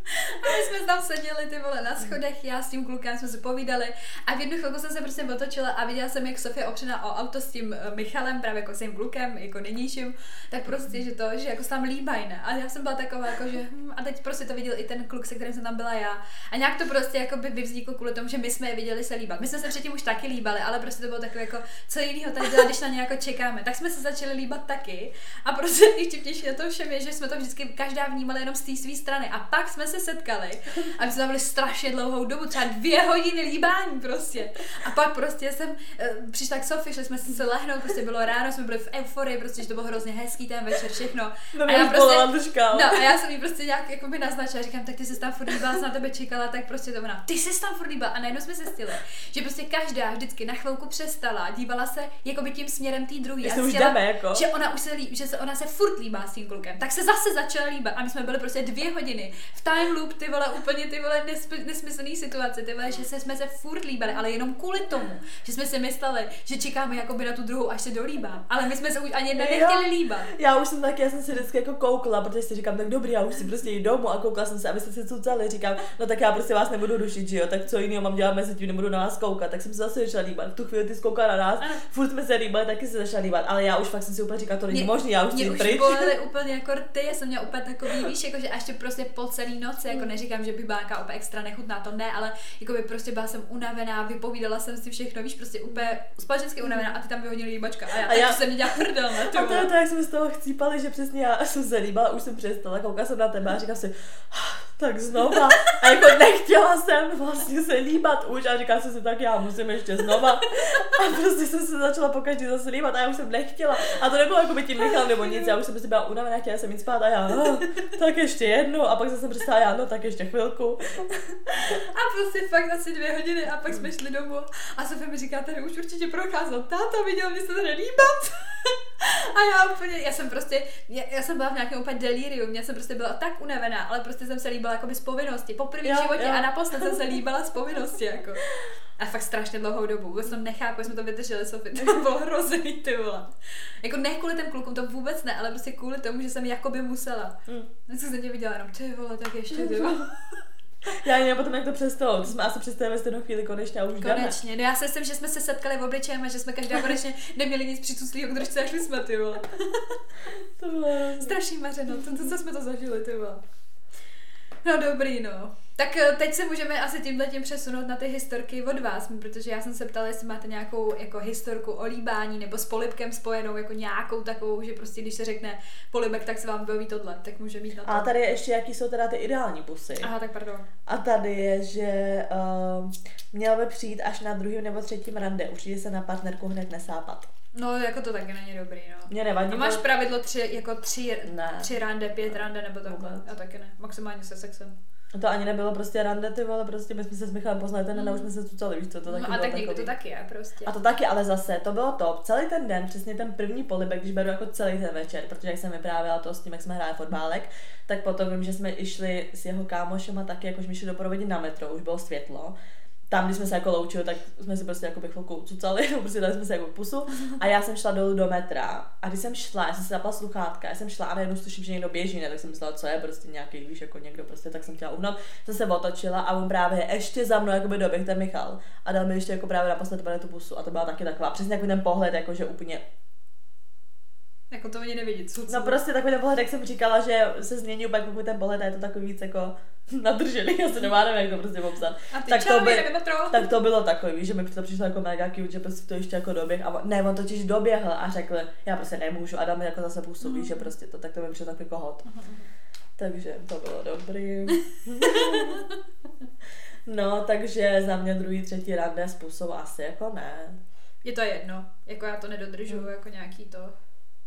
A my jsme tam seděli ty vole na schodech, já s tím klukem jsme se povídali a v jednu chvilku jsem se prostě otočila a viděla jsem, jak Sofie opřená o auto s tím Michalem, právě jako s tím klukem, jako nynějším, tak prostě, že to, že jako se tam líbají, ne? A já jsem byla taková jako, že hm, a teď prostě to viděl i ten kluk, se kterým jsem tam byla já. A nějak to prostě jako by vyvzniklo kvůli tomu, že my jsme je viděli se líbat. My jsme se předtím už taky líbali, ale prostě to bylo takové jako, co jiného tady dělat, když na ně jako čekáme. Tak jsme se začali líbat taky a prostě nejvtipnější na to všem je, že jsme to vždycky každá vnímali jenom z té své strany a pak jsme se setkali a my jsme tam byli strašně dlouhou dobu, třeba dvě hodiny líbání prostě. A pak prostě jsem uh, přišla k Sofii, šli jsme se lehnout, prostě bylo ráno, jsme byli v euforii, prostě, že to bylo hrozně hezký ten večer, všechno. No, a já prostě, no a já jsem jí prostě nějak jako by naznačila, říkám, tak ty jsi tam furt líbala, jsem na tebe čekala, tak prostě to ona, ty jsi tam furt líbala a najednou jsme zjistili, že prostě každá vždycky na chvilku přestala, dívala se jako by tím směrem tý druhý. Už jdeme, jako. Že ona už se líbí, že se ona se furt líbá s tím klukem. Tak se zase začala líbat a my jsme byli prostě dvě hodiny v time loop, ty vole, úplně ty vole nesp- nesmyslný situace, ty vole, že se, jsme se furt líbali, ale jenom kvůli tomu, že jsme si mysleli, že čekáme jakoby na tu druhou, až se dolíbá. Ale my jsme se už ani jedna nechtěli líbat. Já už jsem taky, já jsem si vždycky jako koukla, protože si říkám, tak dobrý, já už si prostě jdu domů a koukla jsem se, aby se si cucali, říkám, no tak já prostě vás nebudu rušit, že jo, tak co jiného mám dělat mezi tím, nebudu na vás koukat, tak jsem se zase začala líbat. V tu chvíli ty skoukala na nás, ano. Furt jsme se líbali, taky se začala líbat, ale já už fakt jsem si úplně říkala, to není možný, já už chci pryč. Mě už bolely úplně jako rty, já jsem měla úplně takový, víš, jako že ještě prostě po celý noci, jako neříkám, že by byla nějaká úplně extra nechutná, to ne, ale jako by prostě byla jsem unavená, vypovídala jsem si všechno, víš, prostě úplně společensky unavená a ty tam vyhodili líbačka a já, a já... jsem mě dělala prdel, ne, ty. A to je to, jak jsme z toho chcípali, že přesně já jsem se líbala, už jsem přestala, koukala jsem na tebe a říkala si, tak znova. A jako nechtěla jsem vlastně se líbat už a říkala jsem si, tak já musím ještě znova. A prostě jsem se začala pokaždé zase líbat a já už jsem nechtěla. A to nebylo jako by tím Michal nebo nic, já už jsem prostě byla unavená, chtěla jsem jít spát a já, oh, tak ještě jednou. A pak jsem přestala, já, no tak ještě chvilku. A prostě fakt asi dvě hodiny a pak jsme šli domů a Sofie mi říká, tady už určitě procházel táta, viděl mě se tady líbat. A já úplně, já jsem prostě, já, já jsem byla v nějakém úplně delíriu, já jsem prostě byla tak unavená, ale prostě jsem se líbala jakoby z povinnosti, poprvé v životě jo. A naposled jsem se líbala z povinnosti, jako. A fakt strašně dlouhou dobu, vůbec jsem nechápu, jsme to vydrželi, Sofie, to bylo hrozný, ty vole. Jako ne kvůli těm klukům, to vůbec ne, ale prostě kvůli tomu, že jsem jakoby musela. Mm. No co jsem tě viděla, jenom ty vole, tak ještě ty vole. Já nevím potom, jak to přestalo. To jsme asi přestali ve stejnou chvíli konečně a už jdeme. Konečně. No já si myslím, že jsme se setkali v obličejem a že jsme každá konečně neměli nic přicuclýho k držce a šli jsme, ty vole. To bylo strašný mařeno, to, to, co jsme to zažili, ty vole. No dobrý, no. Tak teď se můžeme asi tímhletím přesunout na ty historky od vás, protože já jsem se ptala, jestli máte nějakou jako historku o líbání nebo s polibkem spojenou, jako nějakou takovou, že prostě když se řekne polibek, tak se vám vybaví tohle, tak může mít na to. A tady je ještě, jaký jsou teda ty ideální pusy. Aha, tak pardon. A tady je, že uh, měl by přijít až na druhém nebo třetím rande, určitě se na partnerku hned nesápat. No, jako to taky není dobrý, no. Mě nevadí. A máš to... pravidlo tři, jako tři, ne. tři rande, pět rande nebo takhle? Já taky ne, maximálně se sexem. To ani nebylo prostě rande, ty vole, prostě my jsme se s Michalem poznali ten den mm. a už jsme se cucali, víš co, to taky no bylo a tak takový. někdy to taky je prostě. A to taky, ale zase, to bylo top, celý ten den, přesně ten první polibek, když beru jako celý ten večer, protože jak jsem vyprávěla to s tím, jak jsme hráli fotbálek, tak potom vím, že jsme išli s jeho kámošem a taky jakož mi šli doprovodit na metro, už bylo světlo. Tam, když jsme se jako loučili, tak jsme si prostě jako chvilku cucali, prostě dali jsme si jako pusu a já jsem šla dolů do metra a když jsem šla, já jsem si zapala sluchátka, já jsem šla a najednou slyším, že někdo běží, ne, tak jsem myslela, co je, prostě nějaký, víš, jako někdo prostě, tak jsem chtěla uhnout, jsem se otočila a on právě ještě za mnou jakoby doběh ten Michal a dal mi ještě jako právě naposled tu pusu a to byla taky taková, přesně jako ten pohled, jako že úplně jako to ani nevidí, co, co? No prostě takový ten pohled, jak jsem říkala, že se změní úplně pokud ten pohled a je to takový víc jako nadržený, já se nevím, jak to prostě popsat. A ty tak, čau, to by, metro. tak to bylo takový, že mi to přišlo jako mega cute, že prostě to ještě jako doběh a ne, on totiž doběhl a řekl, já prostě nemůžu a dal mi jako zase působí, mm. že prostě to, tak to mi přišlo takový kohot. Mm. Takže to bylo dobrý. No, takže za mě druhý, třetí rande způsob asi jako ne. Je to jedno, jako já to nedodržuju, mm. jako nějaký to.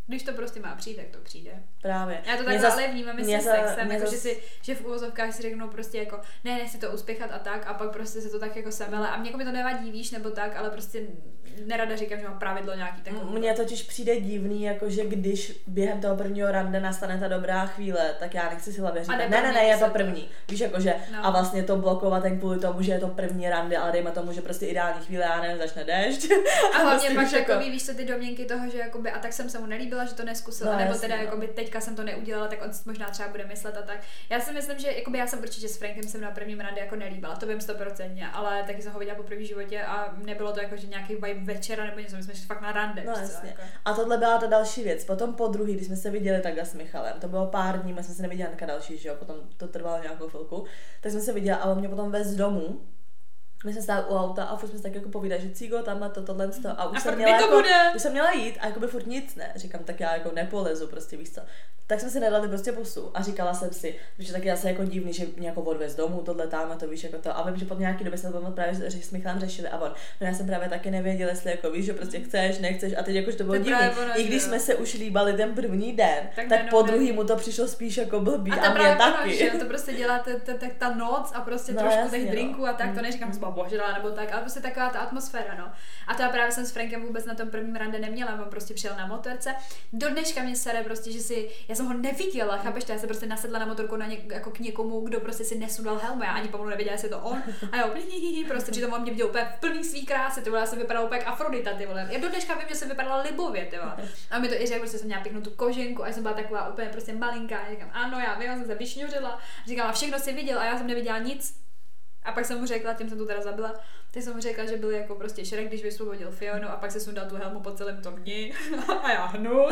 Když to prostě má přijít, tak to přijde. Právě. Já to takhle zas, ale vnímám i s sexem, jako, zas... že, si, že v úvozovkách si řeknou prostě jako, ne, nechci to uspěchat a tak, a pak prostě se to tak jako semele. A mě jako mi to nevadí, víš, nebo tak, ale prostě nerada říkám, že mám pravidlo nějaký takový. Mně totiž přijde divný, jako že když během toho prvního rande nastane ta dobrá chvíle, tak já nechci si hlavě říkat, ne, ne, ne, je to první. Víš, jakože no. A vlastně to blokovat ten kvůli tomu, že je to první rande, ale dejme tomu, že prostě ideální chvíle, já nevím, začne déšť. A hlavně pak takový, jako... víš co, ty domněnky toho, že jakoby, a tak jsem se mu nelíbila, že to neskusil, no, nebo teda no. jakoby teďka jsem to neudělala, tak on možná třeba bude myslet a tak. Já si myslím, že jakoby já jsem určitě s Frankem jsem na prvním rande jako nelíbila, to vím sto procent, ale taky jsem ho viděla po první životě a nebylo to jako, že nějaký vibe večera nebo něco, my jsme šli fakt na rande. No, co, jako. A tohle byla ta další věc. Potom po druhý, když jsme se viděli takhle s Michalem, to bylo pár dní, my jsme se neviděli nějaká další, že jo, potom to trvalo nějakou chvilku, tak jsme se viděli a on mě potom vez domů. My jsme stáli u auta a furt jsme se tak jako povídali, že Cigo, tamhle to, tohle to, a už a jsem měla to jako, bude. už jsem měla jít a jakoby furt nic ne, říkám, tak já jako nepolezu, prostě víš co. Tak jsme si nedali prostě pusu a říkala jsem si, že taky asi jako divný, že mě jako odvez domů, tohle tam, to víš, jako to, a vím, že po nějaký době jsme to právě s Michalem řešili a on, no já jsem právě taky nevěděla, jestli jako víš, že prostě chceš, nechceš a teď jakož to bylo divný, i když jsme se už líbali ten první den, tak, tak po druhý mu to přišlo spíš jako blbý a, a mě taky. To prostě dělá ta noc a prostě trošku těch drinků a tak, to neříkám, že božila nebo tak, ale prostě taková ta atmosféra, no. A to já právě jsem s Frankem vůbec na tom prvním rande neměla, on prostě přijel na motorce. Do dneška mě sere prostě, že si, já jsem ho neviděla, chápeš to, já jsem prostě nasedla na motorku na něk, jako k někomu, kdo prostě si nesundal helmu, já ani pomalu nevěděla, jestli je to on. A jo, prostě přitom on mě viděl úplně v plný svý krásy, ty vole, já jsem vypadala úplně jak Afrodita, ty vole. Já do dneška vím, že jsem vypadala libově, ty vole. A mi to i řekl, prostě jsem měla pěknou tu koženku a jsem byla taková úplně prostě malinká. A říkám, ano, já vím, já jsem se vyšňuřila. Říkám, a všechno si viděl a já jsem neviděla nic. A pak jsem mu řekla, tím jsem tu teda zabila, tak jsem mu řekla, že byl jako prostě Shrek, když vysvobodil Fionu a pak se sundal tu helmu po celém tom dni a já hnus.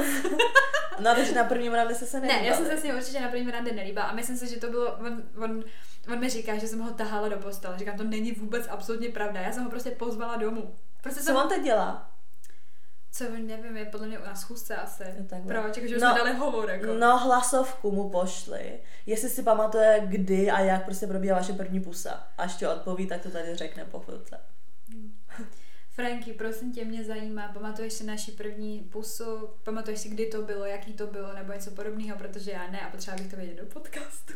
No, takže na prvním rande se se nelíbala. Ne, já jsem se s ním určitě na prvním rande nelíbila a myslím si, že to bylo, on, on, on mi říká, že jsem ho tahala do postele, říkám, to není vůbec absolutně pravda, já jsem ho prostě pozvala domů. Prostě Co jsem... on teď dělá? Co, nevím, je podle mě na schůzce asi. Proč? Jako, že no, jsme dali hovor, jako. No, hlasovku mu pošli. Jestli si pamatuje, kdy a jak prostě probíhá vaše první pusa. Až ti odpoví, tak to tady řekne po chvilce. Hmm. Franky, prosím tě, mě zajímá, pamatuješ si naši první pusu, pamatuješ si, kdy to bylo, jaký to bylo, nebo něco podobného, protože já ne a potřeba bych to vědět do podcastu.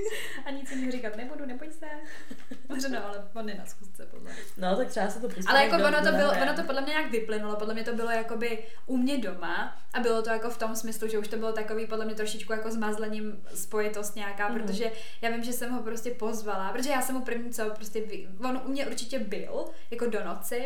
A nic jim říkat nebudu, neboj se. Možná, no, ale on je na schůzce, podle mě. No, tak třeba se to pustí. Ale jako ono to, bylo, ono to podle mě nějak vyplynulo, podle mě to bylo jakoby u mě doma a bylo to jako v tom smyslu, že už to bylo takový podle mě trošičku jako zmazlením spojitost nějaká, mm. protože já vím, že jsem ho prostě pozvala, protože já jsem mu první co prostě, on u mě určitě byl, jako do noci,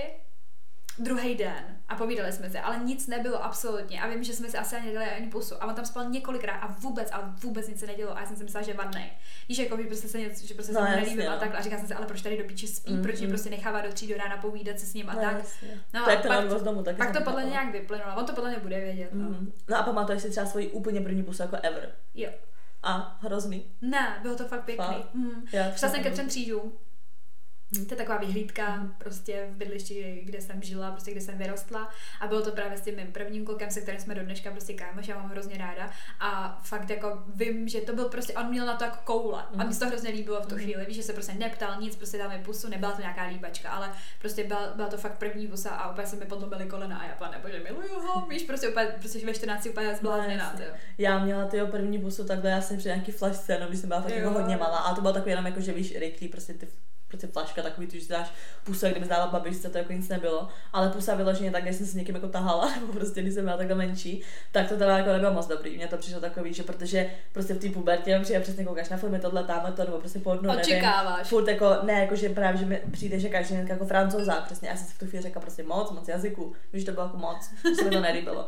druhý den a povídali jsme se, ale nic nebylo absolutně a vím, že jsme si asi ani nedali ani pusu a on tam spal několikrát a vůbec, ale vůbec nic se nedělo a já jsem si myslela, že je vadnej. Víš, jako že prostě se něco, že prostě no, se mu nelíbím a takhle a říkala jsem si, ale proč tady do píči spí, mm, proč mě mm. prostě nechává do tří do rána povídat se s ním a no, tak. Jasně. No tak a pak, to domu, taky pak to podle mě nějak vyplynulo, on to podle mě bude vědět. No, mm. no a pamatuješ si třeba svoji úplně první pusu jako ever? Jo. A hrozný? Ne, bylo to fakt pěkný. Fakt? Mm. Šla jsem ke třem křížům. To je taková vyhlídka prostě v bydlišti, kde jsem žila, prostě kde jsem vyrostla a bylo to právě s tím mým prvním klukem, se kterým jsme do dneška prostě kámoš, já mám hrozně ráda a fakt jako vím, že to byl prostě, on měl na to jako koule a mi se to hrozně líbilo v tu chvíli, víš, že se prostě neptal nic, prostě dal mi pusu, nebyla to nějaká líbačka, ale prostě byla, byla to fakt první pusa a úplně se mi podlomily kolena a já pane bože, miluju ho, víš, prostě úplně, prostě ve čtrnácti úplně zblázněná, no, já měla tyho první pusu takhle, já jsem při nějaký flašce, no, když jsem byla fakt jako hodně malá a to bylo takový jenom jako, že víš, rychlý, prostě ty prostě flaška takový, tu, že dáš pusu, kdyby zdála babičce, to jako nic nebylo, ale pusa vyloženě tak, když jsem se někým jako tahala, nebo prostě když jsem byla takhle menší, tak to teda jako nebylo moc dobrý. Mně to přišlo takový, že protože prostě v té pubertě přijde přesně koukáš na filmy, tohle, tamhle to, nebo prostě porno, nevím. Furt jako, ne, jako že právě, že mi přijde, že každý jako Francouzák, přesně, já jsem si v tu chvíli řekla prostě moc, moc jazyku, víš, to bylo jako moc, že se mi to nelíbilo.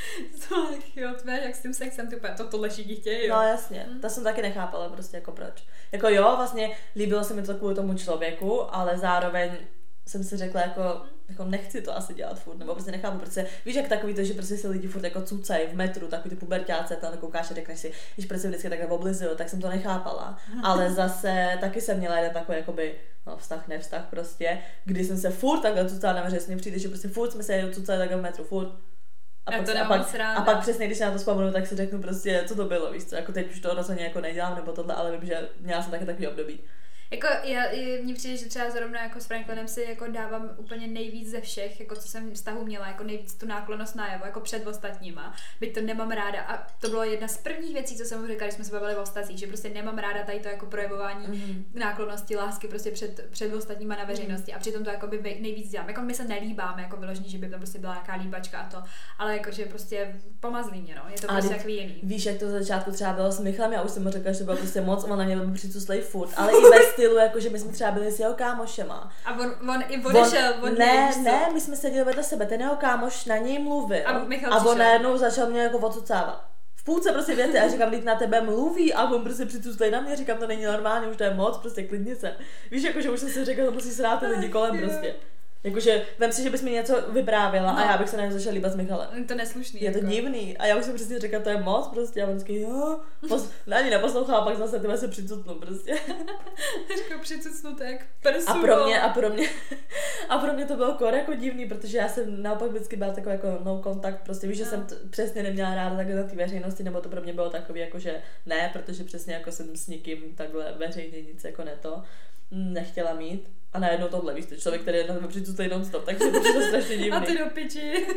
Tak jo, tvé, jak s tím sexem, ty úplně, to tohle všichni chtějí, jo. No jasně, to jsem taky nechápala prostě jako proč. Jako jo, vlastně líbilo se mi to kvůli tomu člověku, ale zároveň jsem si řekla jako, jako nechci to asi dělat furt, nebo prostě nechápu, protože víš jak takový to, že prostě se lidi furt jako cucají v metru, takový ty puberťáce, tam koukáš a řekneš si, když prostě vždycky takhle oblizuju, tak jsem to nechápala, ale zase taky jsem měla jeden takový jakoby, no vztah, nevztah prostě, kdy jsem se furt takhle cucala na veře, mi přijde, že prostě furt jsme se cucali takhle v metru, furt. A pak, a, pak, a pak přesně, když se na to vzpomenu, tak si řeknu prostě, co to bylo, víš co, jako teď už to rozhodně jako nedělám, nebo tohle, ale vím, že měla jsem taky takový období. Jako já, mně přijde, že třeba zrovna jako s Franklinem si jako dávám úplně nejvíc ze všech, jako co jsem vztahu měla, jako nejvíc tu náklonnost najevo, jako před ostatníma, byť to nemám ráda a to bylo jedna z prvních věcí, co jsem mu řekla, když jsme se bavili o vztazích, že prostě nemám ráda tady to jako projevování mm-hmm. náklonnosti, lásky prostě před, před ostatníma na veřejnosti mm-hmm. a přitom to jako by nejvíc dělám. Jako my se nelíbáme, jako vyložení, že by to prostě byla nějaká líbačka a to, ale jakože prostě pomazlí mě, no, je to prostě takový jiný. Víš, jak to za začátku třeba bylo s Michalem, já už jsem mu řekla, že to bylo prostě moc, on na mě byl přicuslej furt, ale i ve stylu, jakože my jsme třeba byli s jeho kámošema. A on, on i odešel on, od Ne, něj, ne, my jsme seděli vedle sebe, ten jeho kámoš na něj mluvil a, Michal a on najednou začal mě jako odsucávat. V půlce prostě věty a říkám, teď na tebe mluví a on prostě přicuslej na mě, říkám, to není normálně, už to je moc, prostě klidně se. Víš, jakože už jsem si řekla, to musí srát ty lidi kolem prostě. Jakože, vem si, že bys mi něco vyprávěla no. a já bych se na ně začala líbat s Michalem. To je neslušný. Je to jako. divný. A já už jsem přesně řekla, to je moc prostě. A on říká, jo, pos... ani neposlouchá, a pak zase tebe se přicucnu prostě. Říkám, přicucnu to jak prsu. A pro mě, a pro mě, a pro mě to bylo kor jako divný, protože já jsem naopak vždycky byla takový jako no kontakt, prostě víš, no. že jsem t- přesně neměla ráda takhle na té veřejnosti, nebo to pro mě bylo takový jako, že ne, protože přesně jako jsem s nikým takhle veřejně nic jako ne to nechtěla mít. A najednou tohle, víš, to člověk, který je na tebe přicuslej non-stop, takže to je strašně divný. A ty do piči.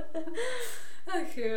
Ach jo.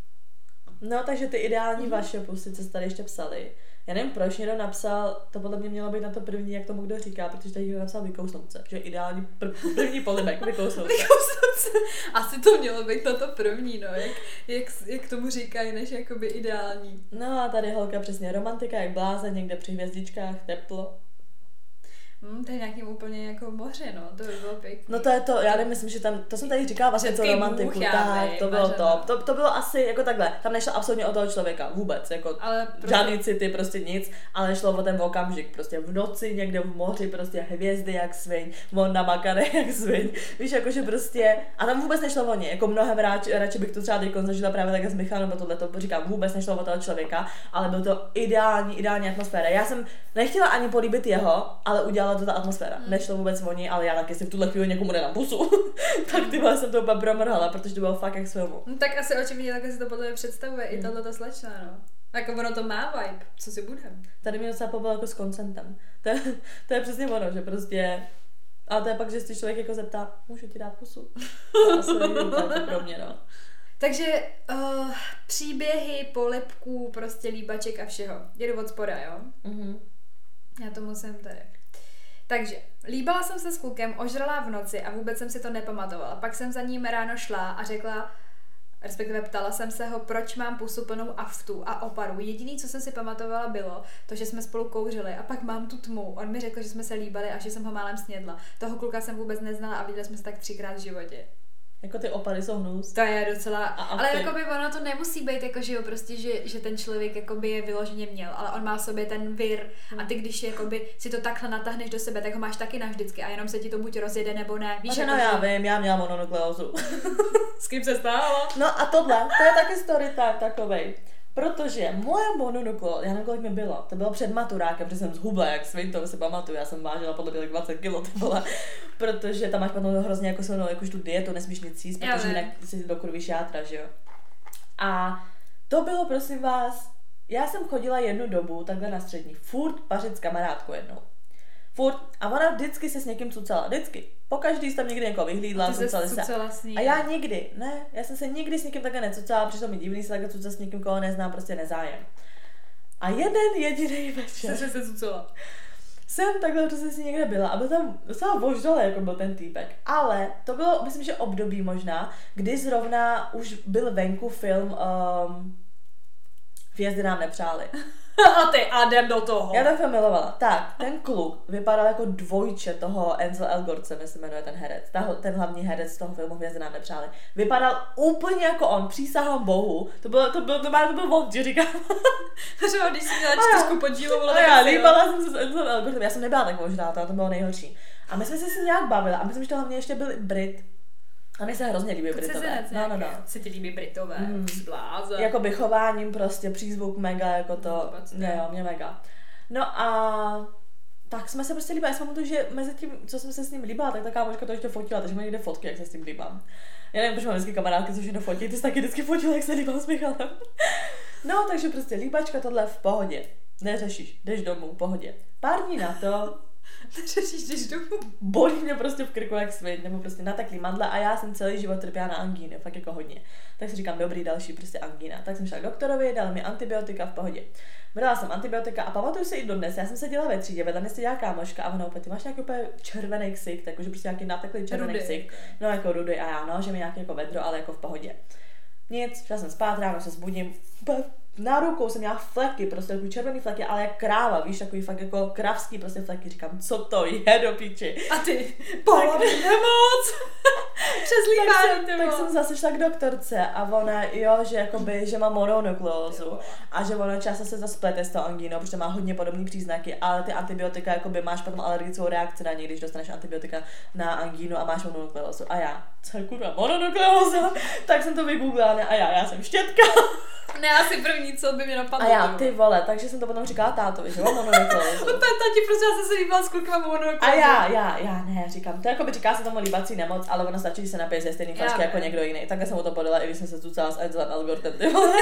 No, takže ty ideální mm-hmm. vaše pusy, co jste tady ještě psali. Já nevím, proč někdo napsal, to podle mě mělo být na to první, jak tomu kdo říká, protože tady někdo napsal vykousnout se, že ideální pr- první polibek, vykousnout se. Vykousnout se. Asi to mělo být na to první, no, jak, jak, jak tomu říkají, než jakoby ideální. No a tady holka přesně romantika, jak blázen, někde při hvězdičkách, teplo. Hmm, to je nějakým úplně jako moře, no, to by bylo pěkný. No to je to, já nemyslím, že tam, to jsem tady říkala vlastně co romantiku, tak, to bylo to, to, to bylo asi jako takhle, tam nešlo absolutně o toho člověka, vůbec, jako ale prostě... žádný city, prostě nic, ale šlo o ten okamžik, prostě v noci, někde v moři, prostě hvězdy jak sviň, on namakaný jak sviň, víš, jakože prostě, a tam vůbec nešlo o ně, jako mnohem radši, radši bych to třeba teďkon zažila právě takhle s Michalem, nebo tohle, to říkám, vůbec nešlo o toho člověka, ale byl to ideální, ideální atmosféra. Já jsem nechtěla ani políbit jeho, ale udělala to ta atmosféra. Hmm. Nešlo vůbec o ní, ale já taky si v tuhle chvíli někomu nedám pusu. Tak tyhle jsem to úplně promrhala, protože to bylo fakt jak z filmu. No, tak asi očividně takhle si to podle mě představuje hmm. i tato slečna, no. Jako ono to má vibe, co si budem. Tady mě docela pobavilo jako s koncentem. To je, to je přesně ono, že prostě... Ale to je pak, že si člověk jako zeptá, můžu ti dát pusu? To asi nejde pro mě, no. Takže uh, příběhy, polibků, prostě líbaček a všeho. Jedu od spoda, jo? Mhm. Já to musím tady. Takže, líbala jsem se s klukem, ožrala v noci a vůbec jsem si to nepamatovala. Pak jsem za ním ráno šla a řekla, respektive ptala jsem se ho, proč mám pusu plnou aftů a oparů. Jediný, co jsem si pamatovala, bylo to, že jsme spolu kouřili a pak mám tu tmu. On mi řekl, že jsme se líbali a že jsem ho málem snědla. Toho kluka jsem vůbec neznala a viděli jsme se tak třikrát v životě. Jako ty opady jsou hnus. To je docela, ale jakoby ono to nemusí být jako, že jo, prostě, že, že ten člověk jakoby je vyloženě měl, ale on má v sobě ten vir hmm. a ty když jakoby si to takhle natáhneš do sebe, tak ho máš taky navždycky a jenom se ti to buď rozjede nebo ne. Víš, jako, no já že... vím, já měla mononukleózu. S kým se stalo? No a tohle, to je taky story tak, takovej. Protože moje mononukleóza, já nevím, kolik mi bylo, to bylo před maturákem, protože jsem zhubla jak svin, to si pamatuju, já jsem vážila podle mě tak dvacet kilo, to bylo, protože tam máš potom hrozně jako silnou jakož tu dietu, nesmíš nic jíst, protože jinak si dokurvíš játra, že jo. A to bylo, prosím vás, já jsem chodila jednu dobu takhle na střední, furt pařit s kamarádkou jednou. Furt, a ona vždycky se s někým cucala, vždycky. Pokaždý jsem tam někdy někoho vyhlídla, cucali se. A já nikdy, ne, já jsem se nikdy s někým takhle necucala, přišlo mi divný se takhle cucat s někým, koho neznám, prostě nezájem. A jeden jediný večer jsem se cucala. Jsem takhle prostě si někde byla a byl tam docela voždole, jako byl ten týpek. Ale to bylo, myslím, že období možná, kdy zrovna už byl venku film um, Hvězdy nám nepřáli. A ty a jdem do toho. Já ten film milovala. Tak, ten kluk vypadal jako dvojče toho Ansel Elgort, se se jmenuje ten herec. Ta, ten hlavní herec z toho filmu Hvězdy nám nepřáli. Vypadal úplně jako on, přísahám bohu. To bylo, to bylo, to bylo, to byl on, že říkám. Takže když jsi měla čtyřku podílu, a já líbala jsem se s Anselem Elgortem. Já jsem nebyla tak možná, to, to bylo nejhorší. A my jsme se s ním nějak bavili a myslím, že to hlavně ještě byl Brit. A mi se hrozně líbí Britové. No, no, no. Se ti líbí Britové, mm. Bláze. Jakoby chováním prostě, přízvuk mega, jako to, no, jo, mě mega. No a tak jsme se prostě líbili. Já jsem pamatuju, že mezi tím, co jsem se s ním líbila, tak ta kámoška to ještě fotila, takže mám někde fotky, jak se s tím líbám. Já nevím, proč mám vždycky kamarádky, co všechno fotí, ty jsi taky vždycky fotila, jak se líbám s Michalem. No, takže prostě líbačka, tohle v pohodě. Neřešíš, jdeš domů, v pohodě. Pár dní na to Neřešíš, když jdu. Bolí mě prostě v krku jak svět, nebo prostě nateklý mandle a já jsem celý život trpěla na angíny, fakt jako hodně. Tak si říkám, dobrý, další prostě angína. Tak jsem šla k doktorovi, dal mi antibiotika v pohodě. Brala jsem antibiotika a pamatuju si i dodnes, já jsem seděla ve třídě, vedle mě seděla kámoška a ona opět, ty máš nějaký úplně červený ksik, takže prostě nějaký nateklý červený ksik. No jako rudy a já, no, že mi nějaký jako vedro, ale jako v pohodě. Nic, šla jsem spát, ráno se zbudím, na rukou jsem měla fleky, prostě takový červený fleky, ale jak kráva, víš, takový fakt jako kravský prostě fleky, říkám, co to je do piči. A ty, pohlavní nemoc, přezlívání, tak, tak jsem zase šla k doktorce a ona, jo, že jakoby, že má mononukleózu a že ona často se zasplete s tou angínou, protože má hodně podobné příznaky, ale ty antibiotika, jakoby máš potom alergickou reakci na ně, když dostaneš antibiotika na angínu a máš mononukleózu. A já, co je kurva mononukleóza? Tak jsem to vygooglila a já, já jsem štětka. Ne, asi první, co by mě napadlo. A já, ty vole, takže jsem to potom říkala tátovi, že mám mononukleózu. Tati, prostě já jsem se líbila s klukama mononukleózu. A já, já, já ne, říkám, to jako by říká se tomu líbací nemoc, ale ono stačí, že se napije ze stejný flašky jako někdo jiný. Takhle jsem mu to podala, i když jsem se tucala s Edzlan Algortem, ty vole.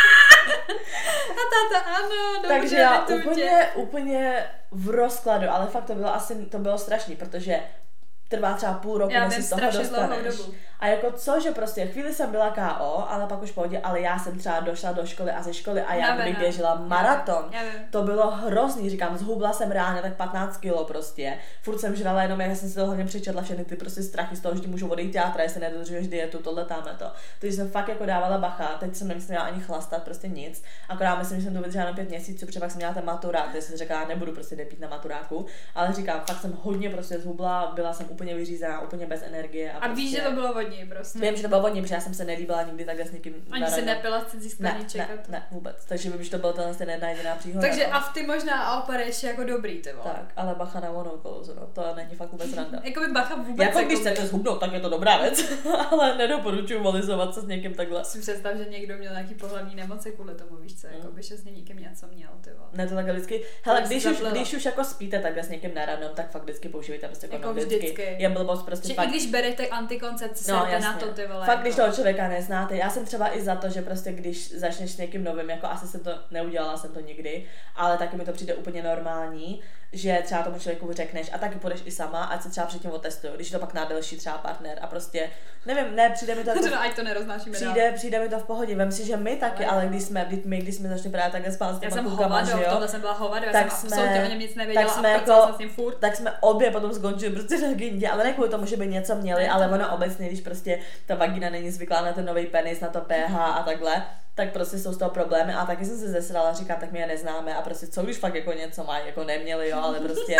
A táta, ano, dobře, takže já úplně, úplně v rozkladu, ale fakt to bylo asi, to bylo strašný, protože trvá třeba půl roku, než se z toho dostaneš. A jako co, že prostě chvíli jsem byla ká ó, ale pak už pohodě, ale já jsem třeba došla do školy a ze školy a já bych běžela maraton. Já to bylo hrozný, říkám, zhubla jsem reálně tak patnáct kilo prostě. Furt jsem žrala jenom, jak jsem si to hlavně přečetla všechny ty prostě strachy z toho, že ti můžou odejít játra, jestli nedodržuješ dietu, tohle táme to. Takže jsem fakt jako dávala bacha, teď jsem nemyslela ani chlastat, prostě nic. Akorát myslím, že jsem to vydržela na pět měsíců, protože pak jsem měla ten maturák, takže jsem řekla, nebudu prostě depít na maturáku, ale říkám, fakt jsem hodně prostě zhubla, byla jsem úplně vyřízená, úplně bez energie. A, a prostě... víš, že to bylo vodní prostě. Vím, že to bylo vodní, protože já jsem se nelíbila nikdy takhle s někým. Ani se nepila z cizích skleniček. Ne, ne, ne, vůbec. Takže by to bylo tenhle jedna jediná příhoda. Takže a v ty možná opereš jako dobrý, ty vole. Tak, ale bacha na mononukleózu, no, to není fakt vůbec randa. Jakoby bacha vůbec. Jako když chcete zhubnout, tak je to dobrá věc, ale nedoporučuji volizovat se s někým takhle. Si představ, že někdo měl nějaký pohlavní nemoci kvůli tomu, víš co, jako by že s někým něco měl, ty vole. Ne, to takhle vždycky. Hele, když už, když už jako spíte takhle s někým na random, tak fakt vždycky používejte prostě jako vždycky. Je blbost prostě fakt. I když berete antikoncepci, no, na to, ty vole. Fakt, když toho člověka neznáte. Já jsem třeba i za to, že prostě když začneš s někým novým, jako asi jsem to neudělala jsem to nikdy, ale taky mi to přijde úplně normální, že třeba tomu člověku řekneš a taky půjdeš i sama, ať se třeba předtím otestuju, když je to pak na delší třeba partner a prostě, nevím, ne, přijde mi to jako, ať to neroznášíme přijde, dál. Přijde mi to v pohodě, vem si, že my taky, ale, ale když jsme, my, když jsme začali právě takhle spát s těma klukama, že jo, tohle jsem byla hovado, já tak jsem jsme, absolutně o něm nic nevěděla tak jsme, a jako, jsem s ním furt. Tak jsme obě potom skončili prostě na gindě, ale ne kvůli tomu, že by něco měli, ne, ale ono obecně, když prostě ta vagina není zvyklá na ten nový penis, na to pH a takhle, tak prostě jsou z toho problémy a taky jsem se zesrala, říkám, tak my je neznáme a prostě co když fakt jako něco mají, jako neměli, jo, ale prostě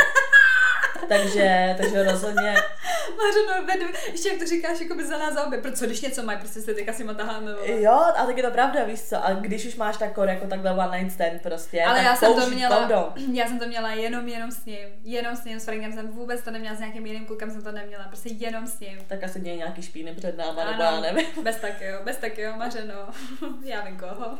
takže, takže rozhodně. Mařeno, vedu, ještě jak to říkáš, jako by za nás za obě, proč když něco mají, prostě se teďka si taháme. Jo, a tak je to pravda, víš co, a když už máš takové jako takhle one night stand prostě, ale tak já jsem to měla, kondom. Já jsem to měla jenom, jenom s ním, jenom s ním, s Frankem jsem vůbec to neměla, s nějakým jiným klukem jsem to neměla, prostě jenom s ním. Tak asi dějí nějaký špíny před náma, ano, nebo já nevím. Bez tak jo, bez tak jo, Mařeno, já vím koho.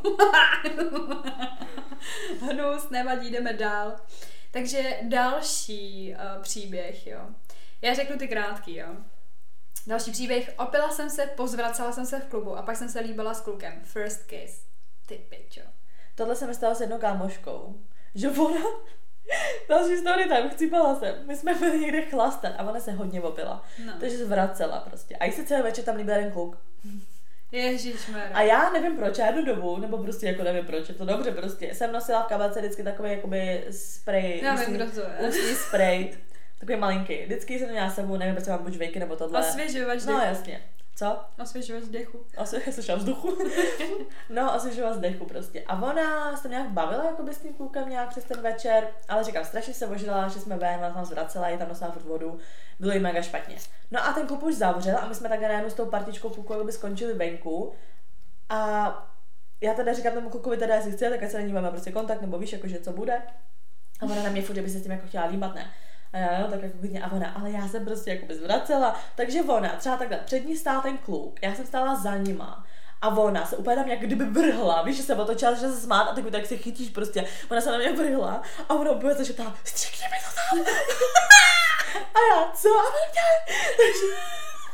Hnus, nevadí, jdeme dál. Takže další uh, příběh, jo. Já řeknu ty krátký, jo. Další příběh. Opila jsem se, pozvracela jsem se v klubu a pak jsem se líbila s klukem. First kiss. Ty pičo. Tohle se mi stalo s jednou kámoškou. Že ona... Další story time, chcípala jsem. My jsme byli někde chlastat a ona se hodně opila. No. Takže se vracela prostě. A jí se celý večer tam líbil jeden kluk. Ježišmarja. A já nevím proč, já jednu dobu, nebo prostě jako nevím proč, je to dobře prostě. Jsem nosila v kabelce vždycky takový jakoby spray, já vím, kdo to je. ústní spray, takový malinký. Vždycky jsem měla s sebou, nevím, proč mám buď vejky nebo tohle. Osvěžovač dechu. No jasně. Co? Osvěžovač dechu. Osvěžovač vzduchu. No, osvěžovač dechu prostě. A ona se nějak bavila jako s tím klukem nějak přes ten večer, ale říkám, strašně se ožila, že jsme ven, ona tam zvracela, je tam nosila furt vodu, bylo jí mega špatně. No a ten klub už zavřel a my jsme takhle najednou s tou partičkou kluku jako by skončili venku. A já teda říkám tomu klukovi teda, jestli chce, tak ať se na ní máme prostě kontakt, nebo víš, jakože co bude. A ona na mě furt, že by se s tím jako chtěla líbat, ne. A já, no, tak jako klidně, a ona, ale já jsem prostě jako by zvracela, takže ona, třeba takhle, před ní stál ten kluk, já jsem stála za nima. A ona se úplně na mě jak kdyby vrhla, víš, že se otočila, že se smát a tak, tak se chytíš prostě. Ona se na mě vrhla a ona úplně se šeptala, střikni mi to tam. A já, co? A ona mě, takže...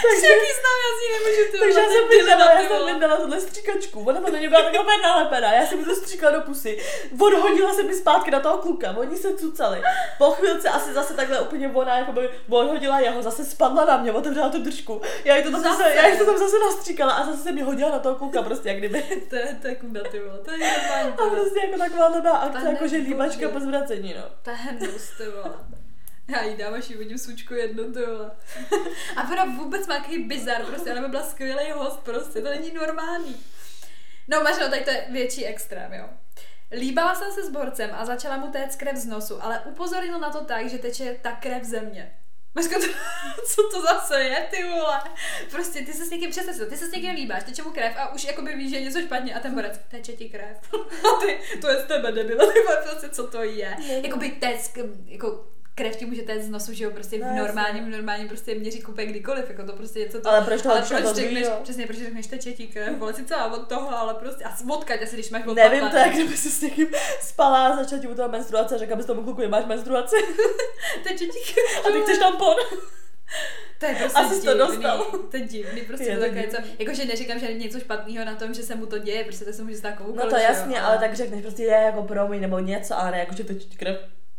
Takže jaký znám, já si nemůžu to. Takže já jsem vyndala, já jsem vyndala tohle stříkačku, ona to není byla taková úplně nalepená, já jsem mi to stříkala do pusy, odhodila se mi zpátky na toho kluka, oni se cucali, po chvilce asi zase takhle úplně ona jakoby odhodila jeho, zase spadla na mě, otevřela tu držku, já jí to tam zase, já jí to tam zase nastříkala a zase se mi hodila na toho kluka prostě jak kdyby. To je, to je kunda, ty vole, to je normální. A prostě jako taková dobrá akce, jakože líbačka po zvracení, no. To je hnus, ty vole. Já jí dám, až jí vidím sučku jednu, ty vole. A ona vůbec má jaký bizar, prostě, ona by byla skvělý host, prostě, to není normální. No Mařeno, tak to je větší extrém, jo. Líbala jsem se s borcem a začala mu téct krev z nosu, ale upozornil na to tak, že teče ta krev ze mě. Mařko, to, co to zase je, ty vole? Prostě ty se s někým, představ si to, ty se s někým líbáš, teče mu krev a už jakoby víš, že je něco špatně a ten borec, teče ti krev. A ty, to je z tebe, debile, ty vole, prostě, co to je? Jakoby téct, jako krev ti může téct z nosu, že jo, prostě v normálním, normálním prostě měří úplně kdykoliv, jako to prostě něco to. Ale proč to ale proč to řekneš, přesně, proč řekneš teče ti krev, vole si celá od toho, ale prostě, a odkaď asi, když máš odpadla. Nevím, to je, jak kdyby si s někým spala a začala ti u toho menstruace a řekla bys tomu kluku, nemáš menstruaci. Teče ti krev. A ty chceš tampon. To je prostě asi divný, to dostal. to je divný, prostě je to takové co, jakože neříkám, že je něco špatného na tom, že se mu to děje, prostě to se může stát koukoliv. No to jasně, ale tak řekneš prostě je jako promiň nebo něco, ale ne jako, že teče ti krev.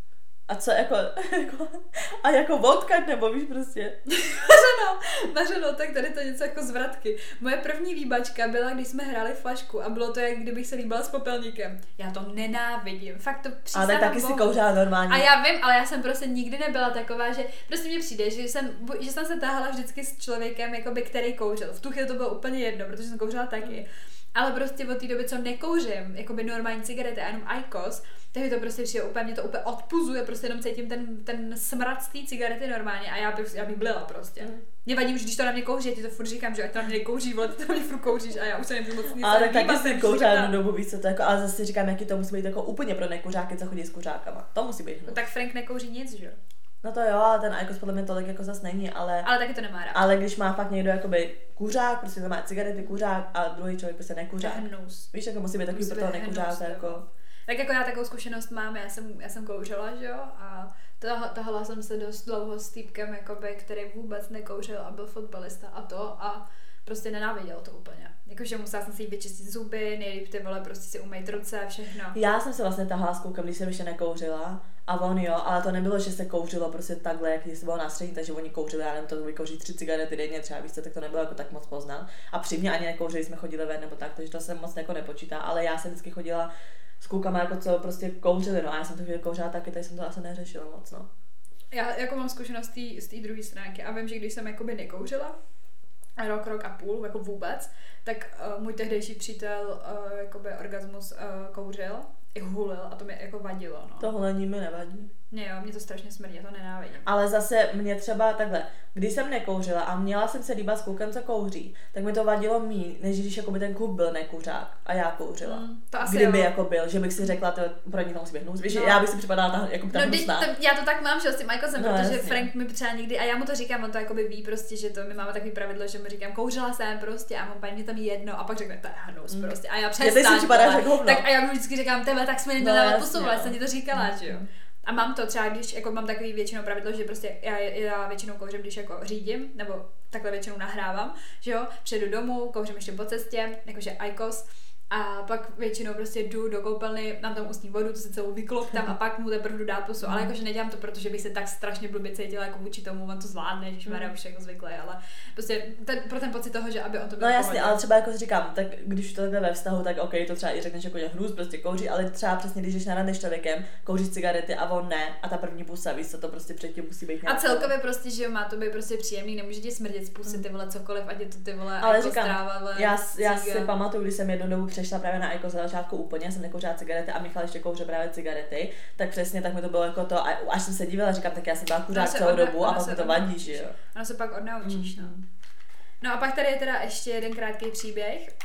A co jako, jako a jako odkaď, nebo víš prostě. Mařeno, Mařeno, tak tady to je něco jako zvratky. Moje první líbačka byla, když jsme hráli flašku a bylo to, jak kdybych se líbala s popelníkem. Já to nenávidím, fakt to přísahám. Ale taky si kouřila normálně. A já vím, ale já jsem prostě nikdy nebyla taková, že prostě mně přijde, že jsem, že jsem se tahala vždycky s člověkem, jakoby, který kouřil. V tu chvíli to bylo úplně jedno, protože jsem kouřila taky. Ale prostě od té doby, co nekouřím, jakoby normální cigarety a jenom IQOS, tak to prostě přijde úplně, mě to úplně odpuzuje, prostě jenom cítím ten, ten smrad z té cigarety normálně a já bych, já bych blila prostě. Mm. Mě vadí už, když to na mě kouří, já ti to furt říkám, že ať to na mě nekouří, vole, ty to na mě furt kouříš a já už se nevím moc nic. Ale tak taky si kouřila jednu dobu, víc co to jako, ale zase říkám, jaký to musí být jako úplně pro nekuřáky, co chodí s kuřákama. To musí být. No tak Frank nekouří nic, že jo? No to jo, ale ten IQOS podle mě tolik jako zas není, ale... Ale taky to nemá rád. Ale když má fakt někdo jakoby kuřák, prostě to má cigarety kuřák a druhý člověk prostě nekuřák. Víš, jako musí být takový pro toho nekuřáka, jako... Tak jako já takovou zkušenost mám, já jsem, já jsem kouřila, že jo, a tahala jsem se dost dlouho s týpkem, jakoby, který vůbec nekouřil a byl fotbalista a to a prostě nenáviděl to úplně. Jakože musela jsem si jí vyčistit zuby, nejlíp ty vole, prostě si umýt ruce a všechno. Já jsem se vlastně tahala s klukem, když jsem ještě nekouřila a on jo, ale to nebylo, že se kouřilo prostě takhle, jak když bylo na střední, takže oni kouřili, já nevím, to vykouří tři cigarety denně třeba, víš co, tak to nebylo jako tak moc poznat. A při mě ani nekouřili, jsme chodili ven nebo tak, takže to se moc jako nepočítá, ale já jsem vždycky chodila s klukama, jako co prostě kouřili, no a já jsem to chvíli kouřila taky, takže jsem to asi neřešila moc, no. Já jako mám zkušenost z té druhé stránky a vím, že když jsem jakoby nekouřila, rok, rok a půl, jako vůbec, tak uh, můj tehdejší přítel uh, jakoby orgasmus uh, kouřil, i hulil a to mi jako vadilo, no. To hulení mi nevadí. Ne jo, mě to strašně smrdí, já to nenávidím. Ale zase mě třeba takhle, když jsem nekouřila a měla jsem se líbat s klukem, co kouří, tak mi to vadilo míň, než když jakoby ten kluk byl nekuřák a já kouřila. Mm, to asi Kdyby jo. jako byl, že bych si řekla, to pro ně to musí být hnus, víš, no. Já bych si připadala ta, jako ta no, hnusná. To, já to tak mám, že s tím Michaelem, no, protože jasně. Frank mi třeba někdy, a já mu to říkám, on to jakoby ví prostě, že to my máme takový pravidlo, že mu říkám, kouřila jsem prostě a mám mě tam jedno a pak řekne, to je hnus mm. prostě a já přestanu. Tak a já mu vždycky říkám, tebe, tak jsme nedávat pusu, ale jsem ti to říkala, že jo. A mám to třeba, když jako mám takový většinou pravidlo, že prostě já, já většinou kouřím, když jako řídím, nebo takhle většinou nahrávám, že jo, přijedu domů, kouřím ještě po cestě, jakože IQOS, a pak většinou prostě jdu do koupelny, mám tam ústní vodu, to se celou vykloptám a pak mu teprve jdu dát pusu, ale jakože nedělám to, protože bych se tak strašně blbě cítila jako vůči tomu, on to zvládne, když Maria už je jako zvyklý, ale prostě ten, pro ten pocit toho, že aby on to byl. No jasně, ale třeba jako si říkám, tak když to takhle ve vztahu, tak OK, to třeba i řekneš jako, že hnus prostě kouří, ale třeba přesně když jdeš na rande s člověkem, kouří cigarety a on ne, a ta první pusa, víš co, to prostě předtím musí být nějak. A celkově prostě, že má to být prostě příjemný, nemůže ti smrdět z pusy, ty vole cokoliv, ať je to ty vole, ale jako říkám, stráva, vole, já, já si pamatuju, když jsem jednou dobu přešla právě na IQOS za začátku úplně, jsem nekouřila cigarety a Michal ještě kouře právě cigarety, tak přesně tak mi to bylo jako to, a až jsem se divila, říkám, tak já jsem byla kuřák celou odna, dobu a pak mi to vadí, že jo. Ono se pak odnaučíš, mm. no. No a pak tady je teda ještě jeden krátký příběh.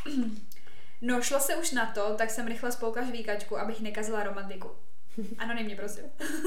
No, šlo se už na to, tak jsem rychle spolkla žvíkačku, abych nekazila romantiku. Anonymně, prosím.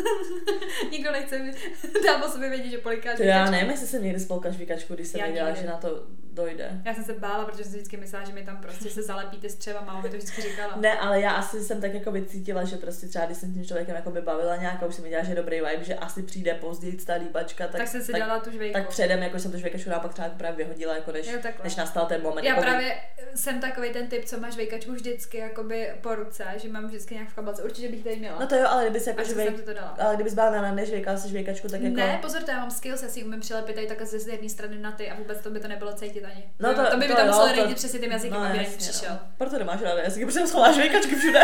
Nikdo nechce dát o sobě vědět, že poliká žvíkačku. Já nevím, jestli jsem někdy spolkla žvíkačku, když jsem věděla, že na to dojde. Já jsem se bála, protože jsem vždycky myslela, že mi tam prostě se zalepíte s třeba, máma mi to vždycky říkala. Ne, ale já asi jsem tak jako vycítila, že prostě třeba když jsem tím člověkem jako by bavila nějak a už jsem viděla, že je dobrý vibe, že asi přijde později ta líbačka, tak, tak jsem si dělala tu žvejku. Tak předem, jako jsem tu žvejkačku naopak třeba právě vyhodila, jako než, jo, než nastal ten moment. Já jako právě by... jsem takový ten typ, co má žvejkačku vždycky jakoby po ruce, že mám vždycky nějak v kabelce. Určitě bych tady měla. No to jo, ale kdybys jako žvejk... ale kdybys byla na rande, žvejkala si žvejkačku, tak jako... Ne, pozor, to já mám skills, já si umím přilepit tady takhle z jedné strany na ty a vůbec to by to nebylo cítit ani. No to, to by to mi tam muselo to... rejtit přesně tím jazykem, no, aby jasně, ani přišel. No. Proto nemáš ráda jazyky, protože jsem schovala žvejkačky všude.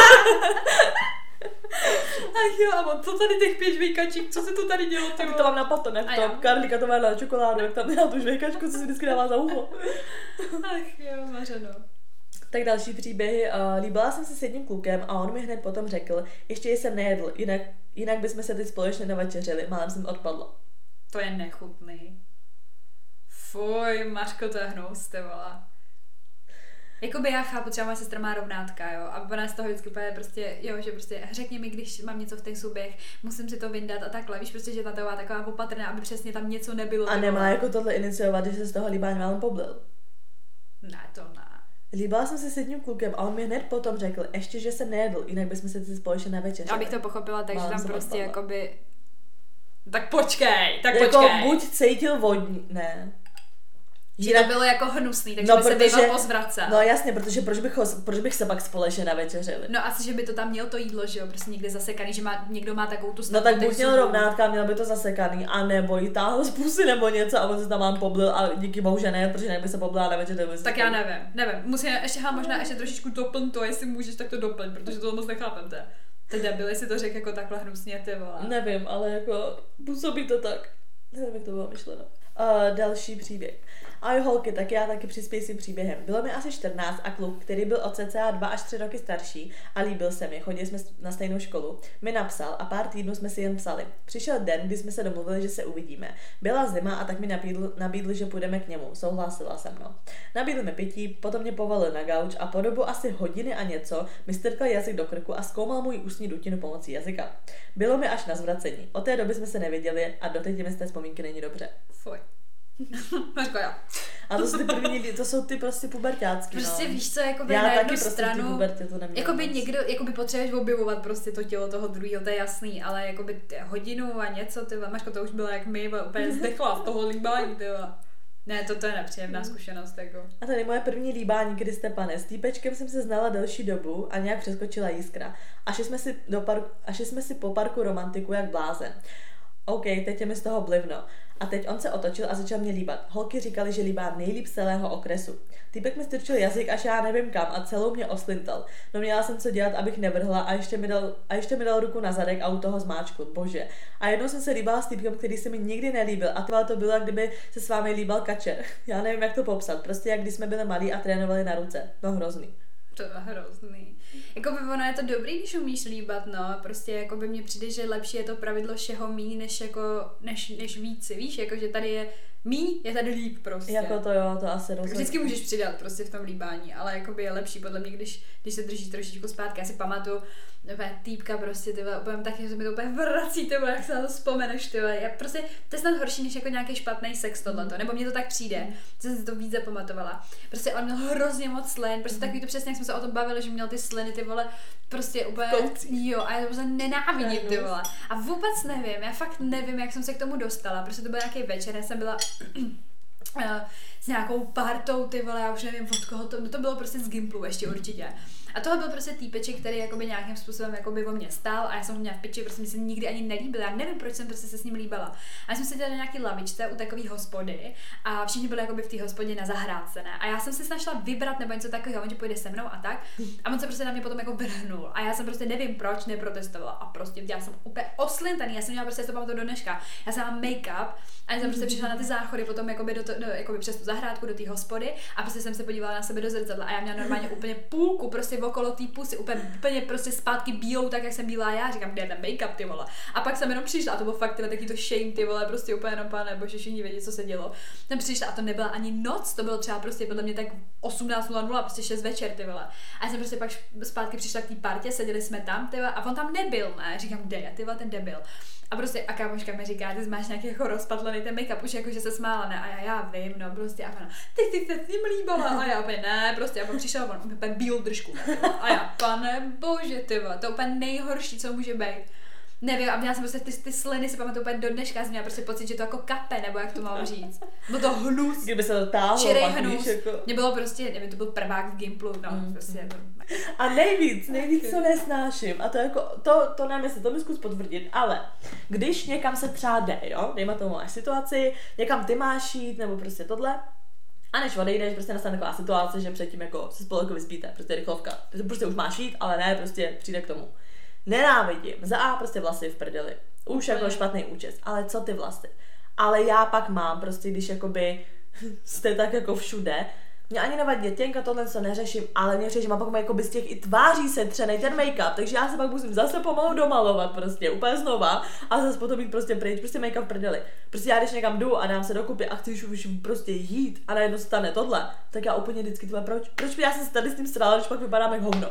Ach jo, a co tady těch pět žvejkaček, co se to tady dělo? Tak to mám na patonech, to Karlíka to má na čokoládu, jak tam měla tu žvejkačku, co si vždycky dává za uho. Ach jo, mařeno. Tak další příběhy. Uh, líbila jsem se s jedním klukem a on mi hned potom řekl, ještě jsem nejedl, jinak, jinak bychom se teď společně navečeřili, málem jsem odpadla. To je nechutný. Fuj, Mařko, to je hnus, ty vole. Jakoby já chápu, třeba moje sestra má rovnátka, jo, a ona z toho vždycky úplně prostě, jo, že prostě řekni mi, když mám něco v těch zubech, musím si to vyndat a takhle, víš, prostě, že ta taková taková opatrná, aby přesně tam něco nebylo. A nemá jako tohle iniciovat, když se z toho líbání málem poblil. Ne, to ne. Líbila jsem se s jedním klukem a on mi hned potom řekl, ještě, že jsem nejedl, jinak bychom se společně navečeřili. Abych to pochopila, takže tam prostě odpadla. Jakoby... Tak počkej, tak jako počkej. buď cítil vodní, ne. Že jinak... to bylo jako hnusný, takže no, by protože, se býval pozvracel. No jasně, protože proč bych, ho, proč bych se pak společně navečeřili? No asi, že by to tam měl to jídlo, že jo, prostě někde zasekaný, že má, někdo má takovou tu no tak buď měl rovnátka, měl by to zasekaný, a nebo jí táhl z pusy nebo něco a on se tam mám poblil a díky bohu, že ne, protože jinak by se poblila navečeřili. Tak já nevím, nevím, musím ještě, ha, možná ještě trošičku doplň to, jestli můžeš, tak to doplň, protože to moc nechápem, te. Ty debil, jestli to řekl jako takhle hnusně, ty vole. Nevím, ale jako působí to tak. Nevím, jak to bylo myšleno. Uh, další příběh. Ahoj holky, tak já taky přispěji si příběhem. Bylo mi asi čtrnáct a kluk, který byl od cca dva až tři roky starší a líbil se mi, chodili jsme na stejnou školu, mi napsal a pár týdnů jsme si jen psali. Přišel den, kdy jsme se domluvili, že se uvidíme. Byla zima a tak mi nabídl, nabídl, že půjdeme k němu. Souhlasila se mnou. Nabídl mi pití, potom mě povalil na gauč a po dobu asi hodiny a něco mi strkal jazyk do krku a zkoumal můj ústní dutinu pomocí jazyka. Bylo mi až na zvracení. Od té doby jsme se neviděli a doteď mi z té vzpomínky není dobře. Fuj. Mařko, já. A to jsou ty první, to jsou ty prostě puberťácky, prostě no. víš co, jakoby já na jednu taky stranu, prostě pubertě to jakoby někdo, jakoby potřebuješ objevovat prostě to tělo toho druhého, to je jasný, ale jakoby hodinu a něco, ty Mařko, to už byla jak my, úplně zdechla z toho líbání, ty Ne, to, to je nepříjemná zkušenost, jako. A tady moje první líbání, kdy Stepane. S týpečkem jsem se znala delší dobu a nějak přeskočila jiskra. Až jsme si, do parku, až jsme si po parku romantiku jak blázen. OK, teď je mi z toho blivno. A teď on se otočil a začal mě líbat. Holky říkali, že líbá nejlíp z celého okresu. Týpek mi strčil jazyk až já nevím kam a celou mě oslintal. No měla jsem co dělat, abych nevrhla a ještě mi dal, a ještě mi dal ruku na zadek a u toho zmáčkl. Bože. A jednou jsem se líbala s týpkem, který se mi nikdy nelíbil a to bylo, jak kdyby se s vámi líbal kačer. Já nevím, jak to popsat. Prostě jak když jsme byli malí a trénovali na ruce. No hrozný. To je hrozný. Jakoby ono je to dobrý, když umíš líbat, no. Prostě jakoby mně přijde, že lepší je to pravidlo všeho míň, než jako, než, než víc, víš, jakože tady je míň, je tady líp prostě. Jako to jo, to asi rozhodně. Vždycky můžeš přidat prostě v tom líbání, ale jakoby je lepší podle mě, když, když se držíš trošičku zpátky. Já si pamatuju, úplně týpka prostě, ty vole, úplně taky, že mi to úplně vrací, ty vole, jak se na to vzpomeneš, ty vole. Já prostě, to je snad horší, než jako nějaký špatný sex tohleto, nebo mně to tak přijde, mm. jsem si to víc zapamatovala. Prostě on měl hrozně moc slin, prostě takový to přesně, jak jsme se o tom bavili, že měl ty sliny, ty vole, prostě úplně, jo, a já to prostě nenávidím, ty vole. A vůbec nevím, já fakt nevím, jak jsem se k tomu dostala, prostě to byl nějaký večer, já jsem byla s nějakou partou, ty vole, já už nevím od koho to, no to bylo prostě z Gimplu ještě určitě. A tohle byl prostě týpeček, který jakoby nějakým způsobem jakoby o mě stál a já jsem ho měla v piči, prostě mi se nikdy ani nelíbil. Já nevím, proč jsem prostě se s ním líbala. A já jsem seděla na nějaký lavičce u takové hospody a všichni byli jakoby v té hospodě na zahrádce, ne? A já jsem se snažila vybrat nebo něco takového, on že pojde se mnou a tak. A on se prostě na mě potom jako vrhnul. A já jsem prostě nevím proč neprotestovala. A prostě já jsem úplně oslintaný, já jsem měla prostě to pamatuju do dneška. Já jsem měla make-up a já jsem prostě přišla na ty záchody potom jakoby do to, do, jakoby přes tu zahrádku do té hospody a prostě jsem se podívala na sebe do zrcadla a já měla normálně úplně půlku prostě okolo té pusy, úplně, úplně prostě zpátky bílou, tak jak jsem bílá já, říkám, kde je ten make-up, ty vole. A pak jsem jenom přišla a to bylo fakt tyhle, taky to shame, ty vole, prostě úplně jenom pane, bože, všichni vědí, co se dělo. Jsem přišla a to nebyla ani noc, to bylo třeba prostě podle mě tak osmnáct nula nula, prostě šest večer, ty vole. A já jsem prostě pak zpátky přišla k té partě, seděli jsme tam, ty vole, a on tam nebyl, ne, říkám, kde je, ty vole, ten debil. A prostě a kámoška mi říká, ty máš nějaký jako rozpadlený ten make-up, už jako, že se smála, ne? A já, já vím, no prostě a ona, ty jsi se s ním líbala. A já úplně, ne, prostě a pak přišel on, úplně bílou držku. A já, pane bože, ty vole, to je úplně nejhorší, co může být. Nevím, a měla jsem prostě ty, ty sliny, si pamatuju úplně do dneška, jsem měla prostě pocit, že to jako kape, nebo jak to mám říct. Bylo to hnus. Kdyby se to táhlo, čirej pak hnus. víš, jako... Mě bylo prostě, nevím, to byl prvák v Gimplu, no, mm. prostě. A nejvíc, nejvíc co nesnáším, a to jako, to, to nevím, jestli to mi zkus potvrdit, ale když někam se třeba jde, jo, dejme tomu máš situaci, někam ty máš jít, nebo prostě tohle, a než odejdeš, prostě nastane taková situace, že předtím jako se spolu jako vyspíte, prostě rychlovka, ty to prostě už máš jít, ale ne, prostě přijde k tomu. Nenávidím. Za A prostě vlasy v prdeli. Už jako špatný účes. Ale co ty vlasy? Ale já pak mám prostě, když jakoby jste tak jako všude, mě ani nevadí dětěnka, tohle co neřeším, ale mě řeším a pak mám jakoby z těch i tváří se třenej ten make-up, takže já se pak musím zase pomalu domalovat prostě, úplně znova a zase potom být prostě pryč, prostě make-up v prdeli. Prostě já když někam jdu a dám se dokupy a chci už prostě jít a najednou stane tohle, tak já úplně vždycky tohle, proč? Proč já jsem se tady s tím strala, když pak vypadám jak hovno?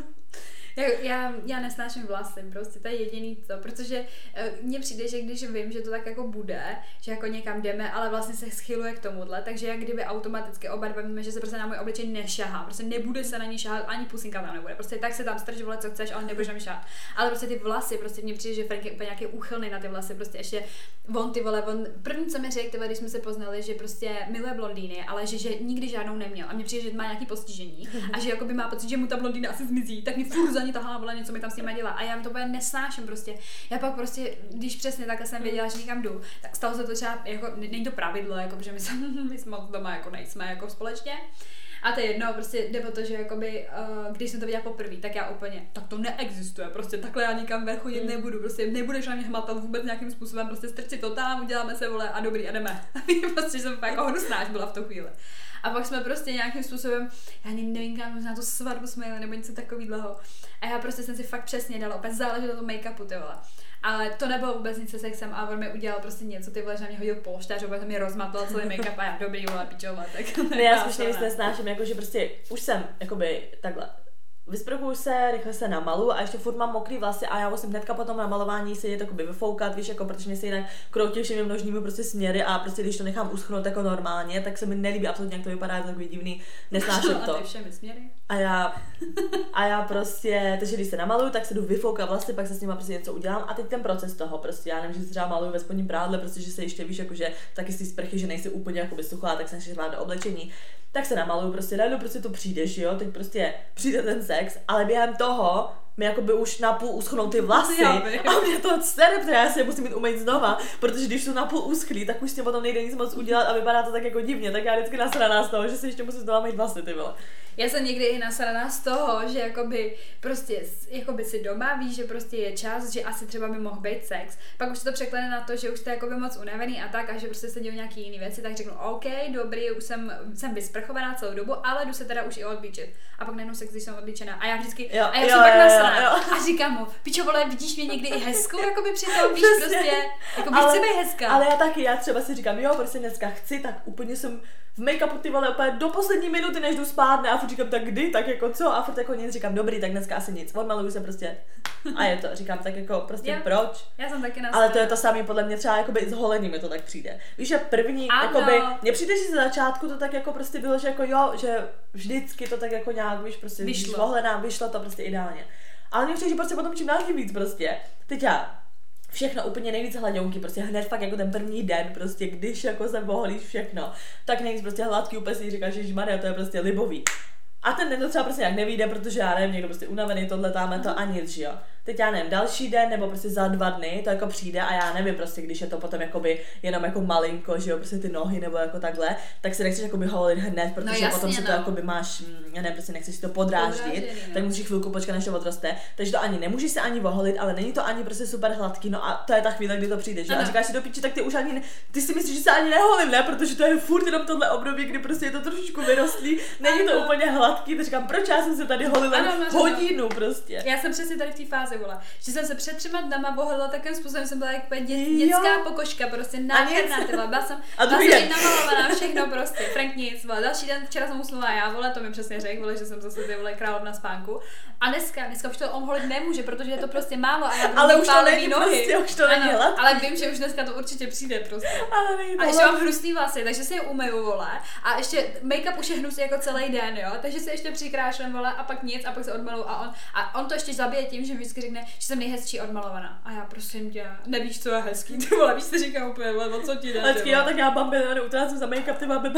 Já, já, já nesnáším vlasy, prostě to je jediný co, protože uh, mně přijde, že když vím, že to tak jako bude, že jako někam jdeme, ale vlastně se schyluje k tomuhle, takže jak kdyby automaticky oba dva víme, že se prostě na můj obličej nešahá, prostě nebude se na ní šahat, ani pusinka tam nebude, prostě tak se tam strč, vole, co chceš, ale nebudeš na mě šahat. Ale prostě ty vlasy, prostě mně přijde, že Frank je úplně nějaký úchylný na ty vlasy, prostě ještě on ty vole, on, první co mi řekl, když jsme se poznali, že prostě miluje blondýny, ale že, že nikdy žádnou neměl a mně přijde, že má nějaký postižení a že jakoby má pocit, že mu ta blondýna asi zmizí, tak mi furt za ní tahá, vole, něco mi tam s nima dělá a já to úplně nesnáším prostě. Já pak prostě, když přesně takhle jsem věděla, že někam jdu, tak stalo se to třeba, jako, není to pravidlo, jako, protože my jsme, my jsme moc doma jako nejsme jako společně. A to je jedno, prostě jde o to, že jakoby, uh, když jsem to viděla poprvé, tak já úplně, tak to neexistuje, prostě takhle já nikam ven chodit nebudu, prostě nebudeš na mě hmatat vůbec nějakým způsobem, prostě strčit to tam, uděláme se, vole, a dobrý, a jdeme. Prostě jsem jako hnusná, byla v tu chvíli. A pak jsme prostě nějakým způsobem, já ani nevím, kam na tu svatbu jsme jeli, nebo něco takového. A já prostě jsem si fakt přesně dala, opět záleží na tom make-upu, ty vole. Ale to nebylo vůbec nic se sexem a on mi udělal prostě něco, ty vole, že na mě hodil polštář, opět mi rozmatl celý make-up a já dobrý, vole, pičova, tak. Ne, já spíš nejvíc nesnáším, jako že prostě už jsem, jakoby, takhle. Vysprchuju se, rychle se namalu a ještě furt mám mokrý vlasy a já musím hnedka po tom namalování se je jakoby vyfoukat, víš, jako protože mě se jinak kroutí všemi množnými prostě směry a prostě když to nechám uschnout jako normálně, tak se mi nelíbí absolutně, jak to vypadá, je to takový divný, nesnáším to. A ty všemi směry? A já, a já prostě, takže když se namaluju, tak se jdu vyfoukat vlasy, pak se s nima prostě něco udělám a teď ten proces toho prostě, já nevím, že se třeba maluju ve spodním prádle, prostě, že se ještě víš, jakože taky z té sprchy, že nejsi úplně jakoby suchá, tak jsem šla do oblečení. Tak se namaluju, prostě najednou prostě to přijdeš, jo, teď prostě přijde ten sex, ale během toho mi jakoby už napůl uschnou ty vlasy a mě to sere, protože já si je musím mít umýt znova, protože když jsou napůl uschlý, tak už s tím potom nejde nic moc udělat a vypadá to tak jako divně, tak já vždycky nasraná z toho, že si ještě musím znova mít vlasy, ty vole. Já jsem někdy i nasraná z toho, že jakoby prostě jakoby si doma víš, že prostě je čas, že asi třeba by mohl být sex, pak už se to překlene na to, že už jste jakoby moc unavený a tak a že prostě se dějí nějaký jiný věci, tak řeknu OK, dobrý, už jsem, jsem vysprchovaná celou dobu, ale jdu se teda už i odlíčit. A pak najednou sex, když jsem odlíčená a já vždycky, jo, a já jo, jsem jo, pak nasraná jo, jo. a říkám mu, pičo vole, vidíš mě někdy i hezkou, jakoby při tom, víš prostě, jakoby ale, chci být hezká. Ale já taky, já třeba si říkám, jo, prostě dneska chci, tak úplně jsem v make-upu ty vole úplně do poslední minuty, než jdu spát, ne, a furt říkám, tak kdy, tak jako co, a furt jako nic říkám, dobrý, tak dneska asi nic, odmaluju se prostě a je to, říkám, tak jako prostě yeah. proč? Já jsem taky ale to je to samé, podle mě třeba jakoby s holením mi to tak přijde. Víš, že první, ano. jakoby, mně přijde, že ze začátku to tak jako prostě bylo, že jako jo, že vždycky to tak jako nějak, víš, prostě vyšlo, holená, vyšlo to prostě ideálně. Ale mně přijde, že prostě potom čím dál tím víc prostě, teď já, všechno úplně nejvíc hladionky, prostě hned fakt jako ten první den, prostě když jako se poholíš všechno, tak nejvíc prostě hladký, úplně si říkáš, ježišmarja, to je prostě libový. A ten den to třeba prostě jak nevyjde, protože já nevím, někdo prostě unavený, tohle, táme to a nic, že jo. Teď já nevím, další den nebo prostě za dva dny to jako přijde a já nevím prostě, když je to potom jakoby jenom jako malinko, že jo, prostě ty nohy nebo jako takhle, tak si nechceš jakoby holit hned, protože no jasně, potom si to no. jakoby máš, já nevím, prostě nechceš si to podráždit, Podrážděný, tak musíš chvilku počkat, než to odroste, takže to ani nemůžeš se ani oholit, ale není to ani prostě super hladký, no a to je ta chvíle, kdy to přijde, že? A říkáš si do piči, tak ty už ani, ne, ty si myslíš, že se ani neholím, ne, protože to je furt jenom tohle období, kdy prostě je to trošičku vyrostlý, není to úplně hladký, tak říkám, proč já jsem se tady holila ano, hodinu prostě. Já jsem přesně tady v té fázi vole. Že jsem se před třema dnama vohledla takovým způsobem, jsem byla jako dě, dětská pokožka, prostě nádherná, ty vole. Byla jsem, byla jsem namalovaná, všechno prostě, Frank nic, vole. Další den, včera jsem usnula já, vole, to mi přesně řekl, vole, že jsem zase ty vole královna spánku. A dneska, dneska už to omholit nemůže, protože je to prostě málo a já budu ale už to není nohy. Prostě, už to není ano, ale vím, že už dneska to určitě přijde prostě. Ale a ještě mám hnusný vlasy, takže si je umeju, vole. A ještě make-up už je hnusný jako celý den, jo. Takže si ještě přikrášlem, vole, a pak nic, a pak se odmalu a on a on to ještě zabije tím, že mi vždycky řekne, že jsem nejhezčí odmalovaná. A já prosím tě, nevíš, co je hezký, ty vole, víš, co říkám úplně, vole, o co ti jde. Hezký, jo, tak já mám miliony utrácím za make-up, ty babi.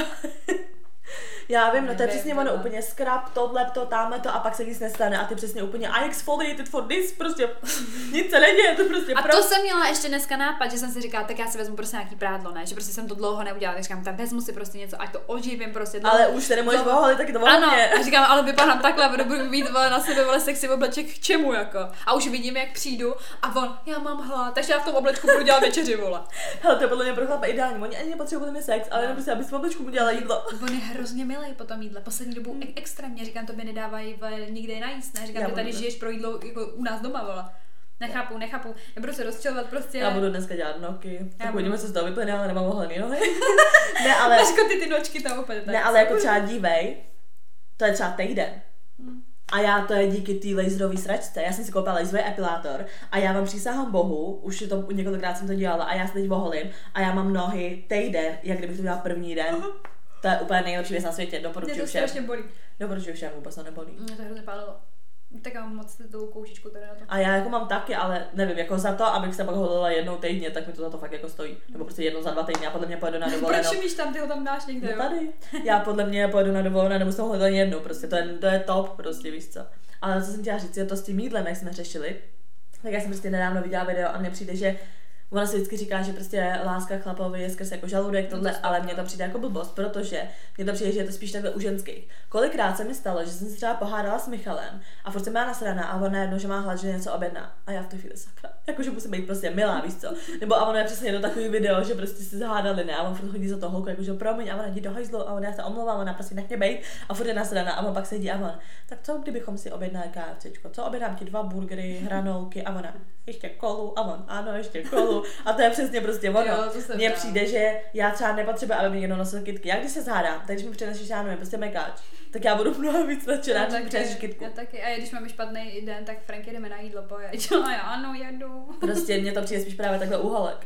Já vím, no to je přesně ono, úplně scrub, tohle, to, tamhle to a pak se nic nestane a ty přesně úplně I exfoliated for this, prostě nic se neděje, to prostě a pro... to jsem měla ještě dneska nápad, že jsem si říkala, tak já si vezmu prostě nějaký prádlo, ne, že prostě jsem to dlouho neudělala, tak říkám, tak vezmu si prostě něco, ať to oživím prostě dlouho. Ale už se nemůžeš voholit, tak to vohně. Ano, a říkám, ale vypadám takhle, budu, budu mít vole, na sebe vole sexy obleček k čemu jako. A už vidím, jak přijdu a on, já mám hlad, takže já v tom oblečku budu dělat večeři, vole. Hele, to je podle mě pro chlapa ideální, oni ani nepotřebují podle mě sex, ale jenom prostě, aby v oblečku mu dělala jídlo. On je hrozně milý po tom jídle. Poslední dobu mm. extrémně, říkám, tobě nedávají nikde najíst, ne? Říkám, ty tady žiješ pro jídlo jako u nás doma, vole. Nechápu, nechápu. Nebudu se rozčilovat prostě. Já budu dneska dělat noky. Tak uvidíme, co z toho vyplyne, ale nemám oholený nohy. Ne, ale... Mařko, ty ty nočky tam úplně tak. Ne, ale jako třeba dívej, to je třeba týden. Mm. A já to je díky té laserové sračce. Já jsem si koupila laserový epilátor a já vám přísahám bohu, už to několikrát jsem to dělala a já se teď oholím a já mám nohy týden, jak kdybych to dělala první den. Uh-huh. To je úplně nejlepší věc na světě, doporučuji všem. Mě to strašně bolí. Doporučuji všem, vůbec to nebolí. Mě to hrozně pálilo. Tak já mám moc tu koušičku tady na to. A já jako mám taky, ale nevím, jako za to, abych se pak holila jednou týdně, tak mi to za to fakt jako stojí. Nebo prostě jednou za dva týdny a podle mě pojedu na dovolenou. Proč míš tam, ty ho tam dáš někde, no tady. Já podle mě pojedu na dovolenou a nemusím holit ani jednou, prostě to je, to je top, prostě víš co. Ale co jsem chtěla říct, je to s tím jídlem, jak jsme řešili. Tak já jsem prostě nedávno viděla video a mně přijde, že ona si vždycky říká, že prostě láska chlapovi je skrz jako žaludek, tohle, ale mně to přijde jako blbost, protože mně to přijde, že je to spíš takhle u ženských. Kolikrát se mi stalo, že jsem se třeba pohádala s Michalem a furt jsem byla nasraná a on najednou, že má hlad, že něco objedná. A já v té chvíli sakra, jakože musím být prostě milá, víš co? Nebo a ono je přesně do takový video, že prostě si zahádali, ne? A on furt chodí za to holku, jakože promiň, a ona jdi do hajzlu a ona já se omlouvám, ona prostě nechně bejt a furt je nasraná a on pak sedí a on, tak co kdybychom si objednali KFCčko, co objednám ti dva burgery, hranolky a ona, ještě kolu a on, ano, ještě kolu a to je přesně prostě ono. Mně přijde, že já třeba nepotřebuji, aby mi někdo nosil kytky. Já když se zhádám, tak když mi přineseš, já nevím, prostě mekáč, tak já budu mnohem víc nadšená, když mi přineseš kytku. Já taky. A když máme špatný den, tak Frank, jdeme na jídlo, pojď. A já ano, jedu. Prostě mně to přijde spíš právě takhle uholek.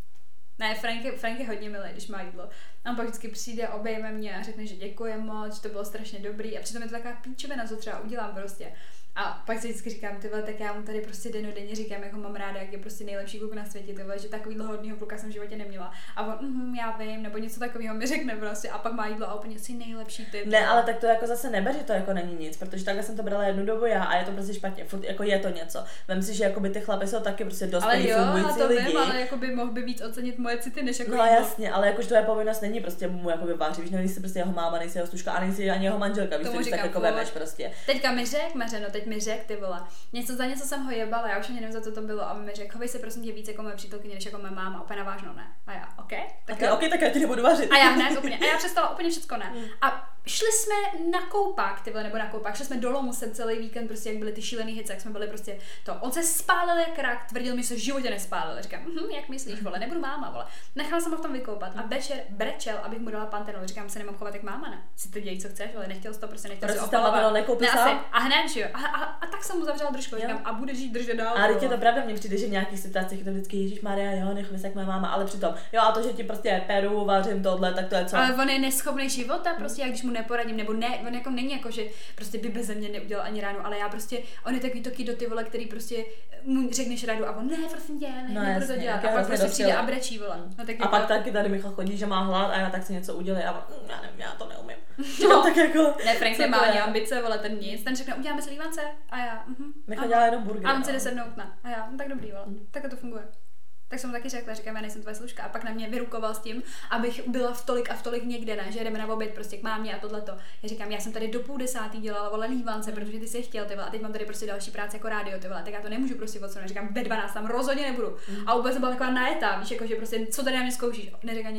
Ne, Frank je, Frank je hodně milý, když má jídlo. A on pak vždycky přijde, obejme mě a řekne, že děkuje moc, že to bylo strašně dobrý. A přitom je to taková píčovina, co třeba udělám prostě. A pak si vždycky říkám, ty vole, tak já mu tady prostě dennodenně říkám, jak ho mám ráda, jak je prostě nejlepší kluk na světě, ty vole, že takový hodnýho kluka jsem v životě neměla. A on, mm, já vím, nebo něco takového mi řekne prostě a pak má jídlo a úplně si nejlepší typ. Ne, ale tak to jako zase neber, že to jako není nic, protože takhle jsem to brala jednu dobu já a je to prostě špatně, furt jako je to něco. Vem si, že jakoby ty chlapy jsou taky prostě dospělí fungující lidi. Ale jo, ale jako by mohl by víc ocenit moje city než jako no jídlo. Jasně, ale jakož tvoje povinnost není prostě mu jako vařit, víš, nejsi prostě jeho máma, nejsi jeho služka a nejsi ani jeho manželka, víš, když tak jako vemeš prostě. Teďka mi řek, Mařeno, teď mi řek, ty vole. Něco za něco jsem ho jebala, já už ani nevím, za co to bylo a mi řekl, chovej se prosím tě víc jako moje přítelkyně, než jako moje máma, úplně navážnou, ne? A já, OK, tak okay, OK, tak já ti nebudu vařit. A já hned úplně, a já přestala úplně všecko, ne? A šli jsme na koupák, ty vole, nebo na koupák, šli jsme do Lomusem celý víkend, prostě jak byly ty šílený hice, jak jsme byli prostě to. On se spálil jak rak, tvrdil mi, že se v životě nespálil. Říkám, hm, jak myslíš, vole, nebudu máma, vole. Nechala jsem ho v tom vykoupat a večer brečel, abych mu dala pantenol. Říkám, se nemám chovat jak máma, ne? Si to děj, co chceš, ale nechtěl jsi to, prostě nechtěl si opalovat. Ne, asi. A hned, že jo. A, a, a, tak jsem mu zavřela držku, říkám, a bude žít držet dál. A teď je to pravda, mně přijde, že v nějakých situacích je to vždycky Ježišmarja, jo, nechovej se jak moje máma, ale přitom, jo, a to, že ti prostě peru, vařím tohle, tak to je co. Ale on je neschopný života, prostě, jak když mu neporadím, nebo ne, on jako není jako, že prostě by beze mě neudělal ani ránu, ale já prostě, on je takový toky do ty vole, který prostě mu řekneš radu a on, ne, prosím tě, ne, no, nebudu to dělat. A pak prostě přijde a brečí, vole. No, tak a pak to... taky tady Michal chodí, že má hlad a já tak si něco udělej a on, já nevím, já to neumím. No, tak jako, ne, Frank nemá ani ambice, vole, ten nic, ten řekne, uděláme si lívance a já, mhm. Michal dělá jenom burger. A on se jde sednout na. A já, no tak dobrý, vole. Mm. Tak to funguje. Tak jsem mu taky řekla, říkám, já nejsem tvoje služka. A pak na mě vyrukoval s tím, abych byla v tolik a v tolik někde, ne, že jdeme na oběd prostě k mámě a tohleto. Já říkám, já jsem tady do půl desátý dělala, vole, lívance, protože ty jsi chtěl, ty vole, a teď mám tady prostě další práci jako rádio, ty vole, tak já to nemůžu prostě odsunout. Říkám, ve dvanáct tam rozhodně nebudu. Mm. A vůbec jsem byla taková najetá, víš, jako že prostě co tady na mě zkoušíš, neřekl ani ně.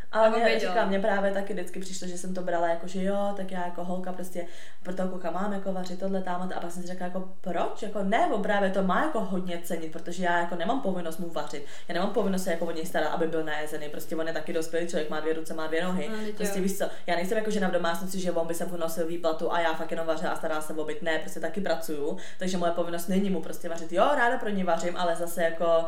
Ale mě, říkám, mě právě taky vždycky přišlo, že jsem to brala jako, že jo, tak já jako holka prostě pro toho kluka mám jako vařit tohle tam a pak jsem si řekla jako proč, jako ne, bo právě to má jako hodně cenit, protože já jako nemám povinnost mu vařit, já nemám povinnost se jako o něj starat, aby byl najezený, prostě on je taky dospělý člověk, má dvě ruce, má dvě nohy, no, prostě víš co, já nejsem jako žena v domácnosti, že on by se nosil výplatu a já fakt jenom vařila a starala se o byt, ne, prostě taky pracuju, takže moje povinnost není mu prostě vařit, jo, ráda pro ně vařím, ale zase jako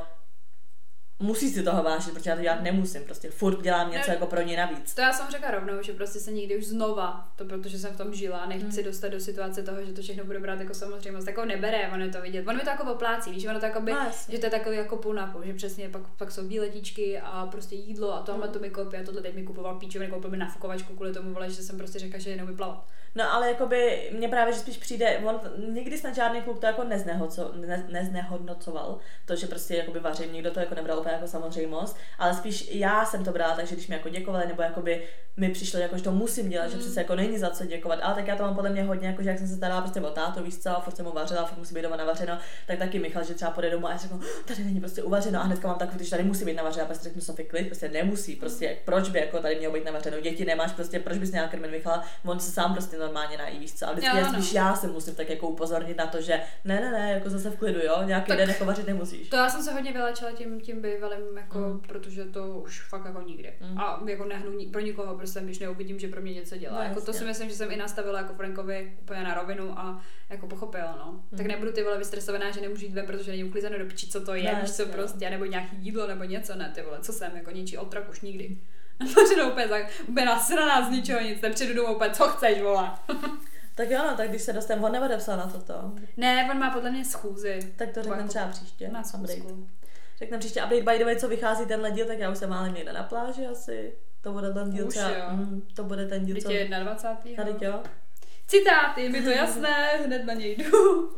musí si toho vážit, protože já to dělat nemusím, prostě furt dělám něco no, jako pro ně navíc. To já jsem řekla rovnou, že prostě se nikdy už znova, to protože jsem v tom žila, nechci mm. dostat do situace toho, že to všechno budu brát jako samozřejmost, jako nebere, ono je to vidět, ono mi to jako oplácí, víš, ono to jako by, no, že to je takový jako půl na půl, že přesně pak, pak jsou výletičky a prostě jídlo a tohle mm. to mi koupí a tohle teď mi kupoval píčoviny, koupil mi nafukovačku kvůli tomu, vole, že jsem prostě řekla, že jenom vyplavat. No ale jakoby mně právě, že spíš přijde, on nikdy snad žádný kluk to jako neznehoco, ne, neznehodnocoval, to, že prostě jakoby vařím, nikdo to jako nebral úplně jako samozřejmost, ale spíš já jsem to brala, takže když mi jako děkovali, nebo jakoby mi přišlo jako, že to musím dělat, mm. že přece jako není za co děkovat, ale tak já to mám podle mě hodně, jako že jak jsem se starala prostě o tátu, víš co, furt jsem mu vařila, furt musí být doma navařeno, tak taky Michal, že třeba půjde domů a já řeknu, tady není prostě uvařeno a hnedka mám takový, že tady musí být navařeno, a prostě řeknu Sofie klid, prostě nemusí, prostě proč by jako tady mělo být navařeno, děti nemáš, prostě proč bys měla krmit Michala, on se sám prostě normálně nají, víš co, a vždycky já, spíš já se musím tak jako upozornit na to, že ne, ne, ne, jako zase v klidu, jo, nějaký tak den jako vařit nemusíš. To já jsem se hodně vylečila tím, tím bývalým, jako, mm. protože to už fakt jako nikdy. Mm. A jako nehnu pro nikoho, prostě když neuvidím, že pro mě něco dělá. No, jako to si myslím, že jsem i nastavila jako Frankovi úplně na rovinu a jako pochopila, no. Mm. Tak nebudu ty vole vystresovaná, že nemůžu jít ven, protože není uklizeno do piči, co to je, no, víš co prostě, nebo nějaký jídlo nebo něco, ne, ty vole, co jsem, jako ničí otrok už nikdy. Protože úplně tak, úplně nasraná z ničeho nic, nepřijdu domů úplně, co chceš, vole. Tak jo, no, tak když se dostaneme, on neodepsal na toto. Ne, on má podle mě schůzi. Tak to řekneme třeba příště. Na schůzku. Řekneme příště update, by the way, co vychází tenhle díl, tak já už jsem málem někde na pláži asi. To bude ten díl, třeba, mm, to bude ten díl, co... Teď je dvacátého Tady jo. Citáty, mi to jasné, hned na něj jdu.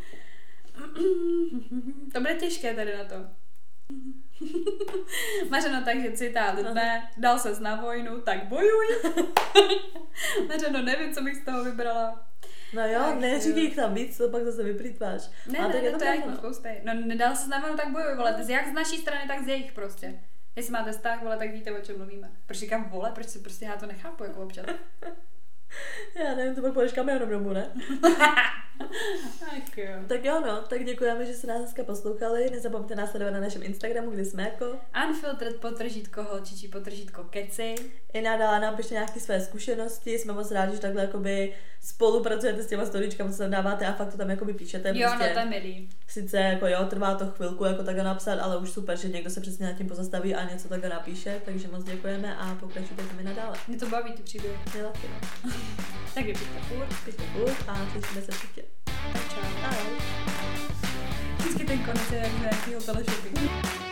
To bude těžké tady na to. Mařeno, takže citát dne, dal ses na vojnu, tak bojuj. Mařeno, nevím, co bych z toho vybrala. No jo, tak, neříkej jich tam víc, to pak zase vyplýtváš. Ne, ne, ne, to, to je jako spoustej. No nedal ses na vojnu, tak bojuj, vole, jak z naší strany, tak z jejich prostě. Jestli máte vztah, vole, tak víte, o čem mluvíme. Proč říkám vole, proč si prostě já to nechápu, jako občas. Já nevím, to pak půjdeš kamionem domů, ne? Tak jo. Tak jo, no, tak děkujeme, že jste nás dneska poslouchali. Nezapomeňte nás sledovat na našem Instagramu, kde jsme jako Unfiltered potržítko holčičí potržítko keci. I nadále nám pište nějaké své zkušenosti, jsme moc rádi, že takhle jakoby spolupracujete s těma storičkami, co tam dáváte a fakt to tam jakoby píšete. Jo, prostě, no to je milý. Sice jako jo, trvá to chvilku jako takhle napsat, ale už super, že někdo se přesně nad tím pozastaví a něco takhle napíše, takže moc děkujeme a pokračujte mi nadále. Mě to baví, ty příběhy. Mě taky, no. Tak je pište furt, pište furt a slyšíme se příště. Tak čau. Ahoj. Vždycky ten konec je jak nějakýho teleshoppingu.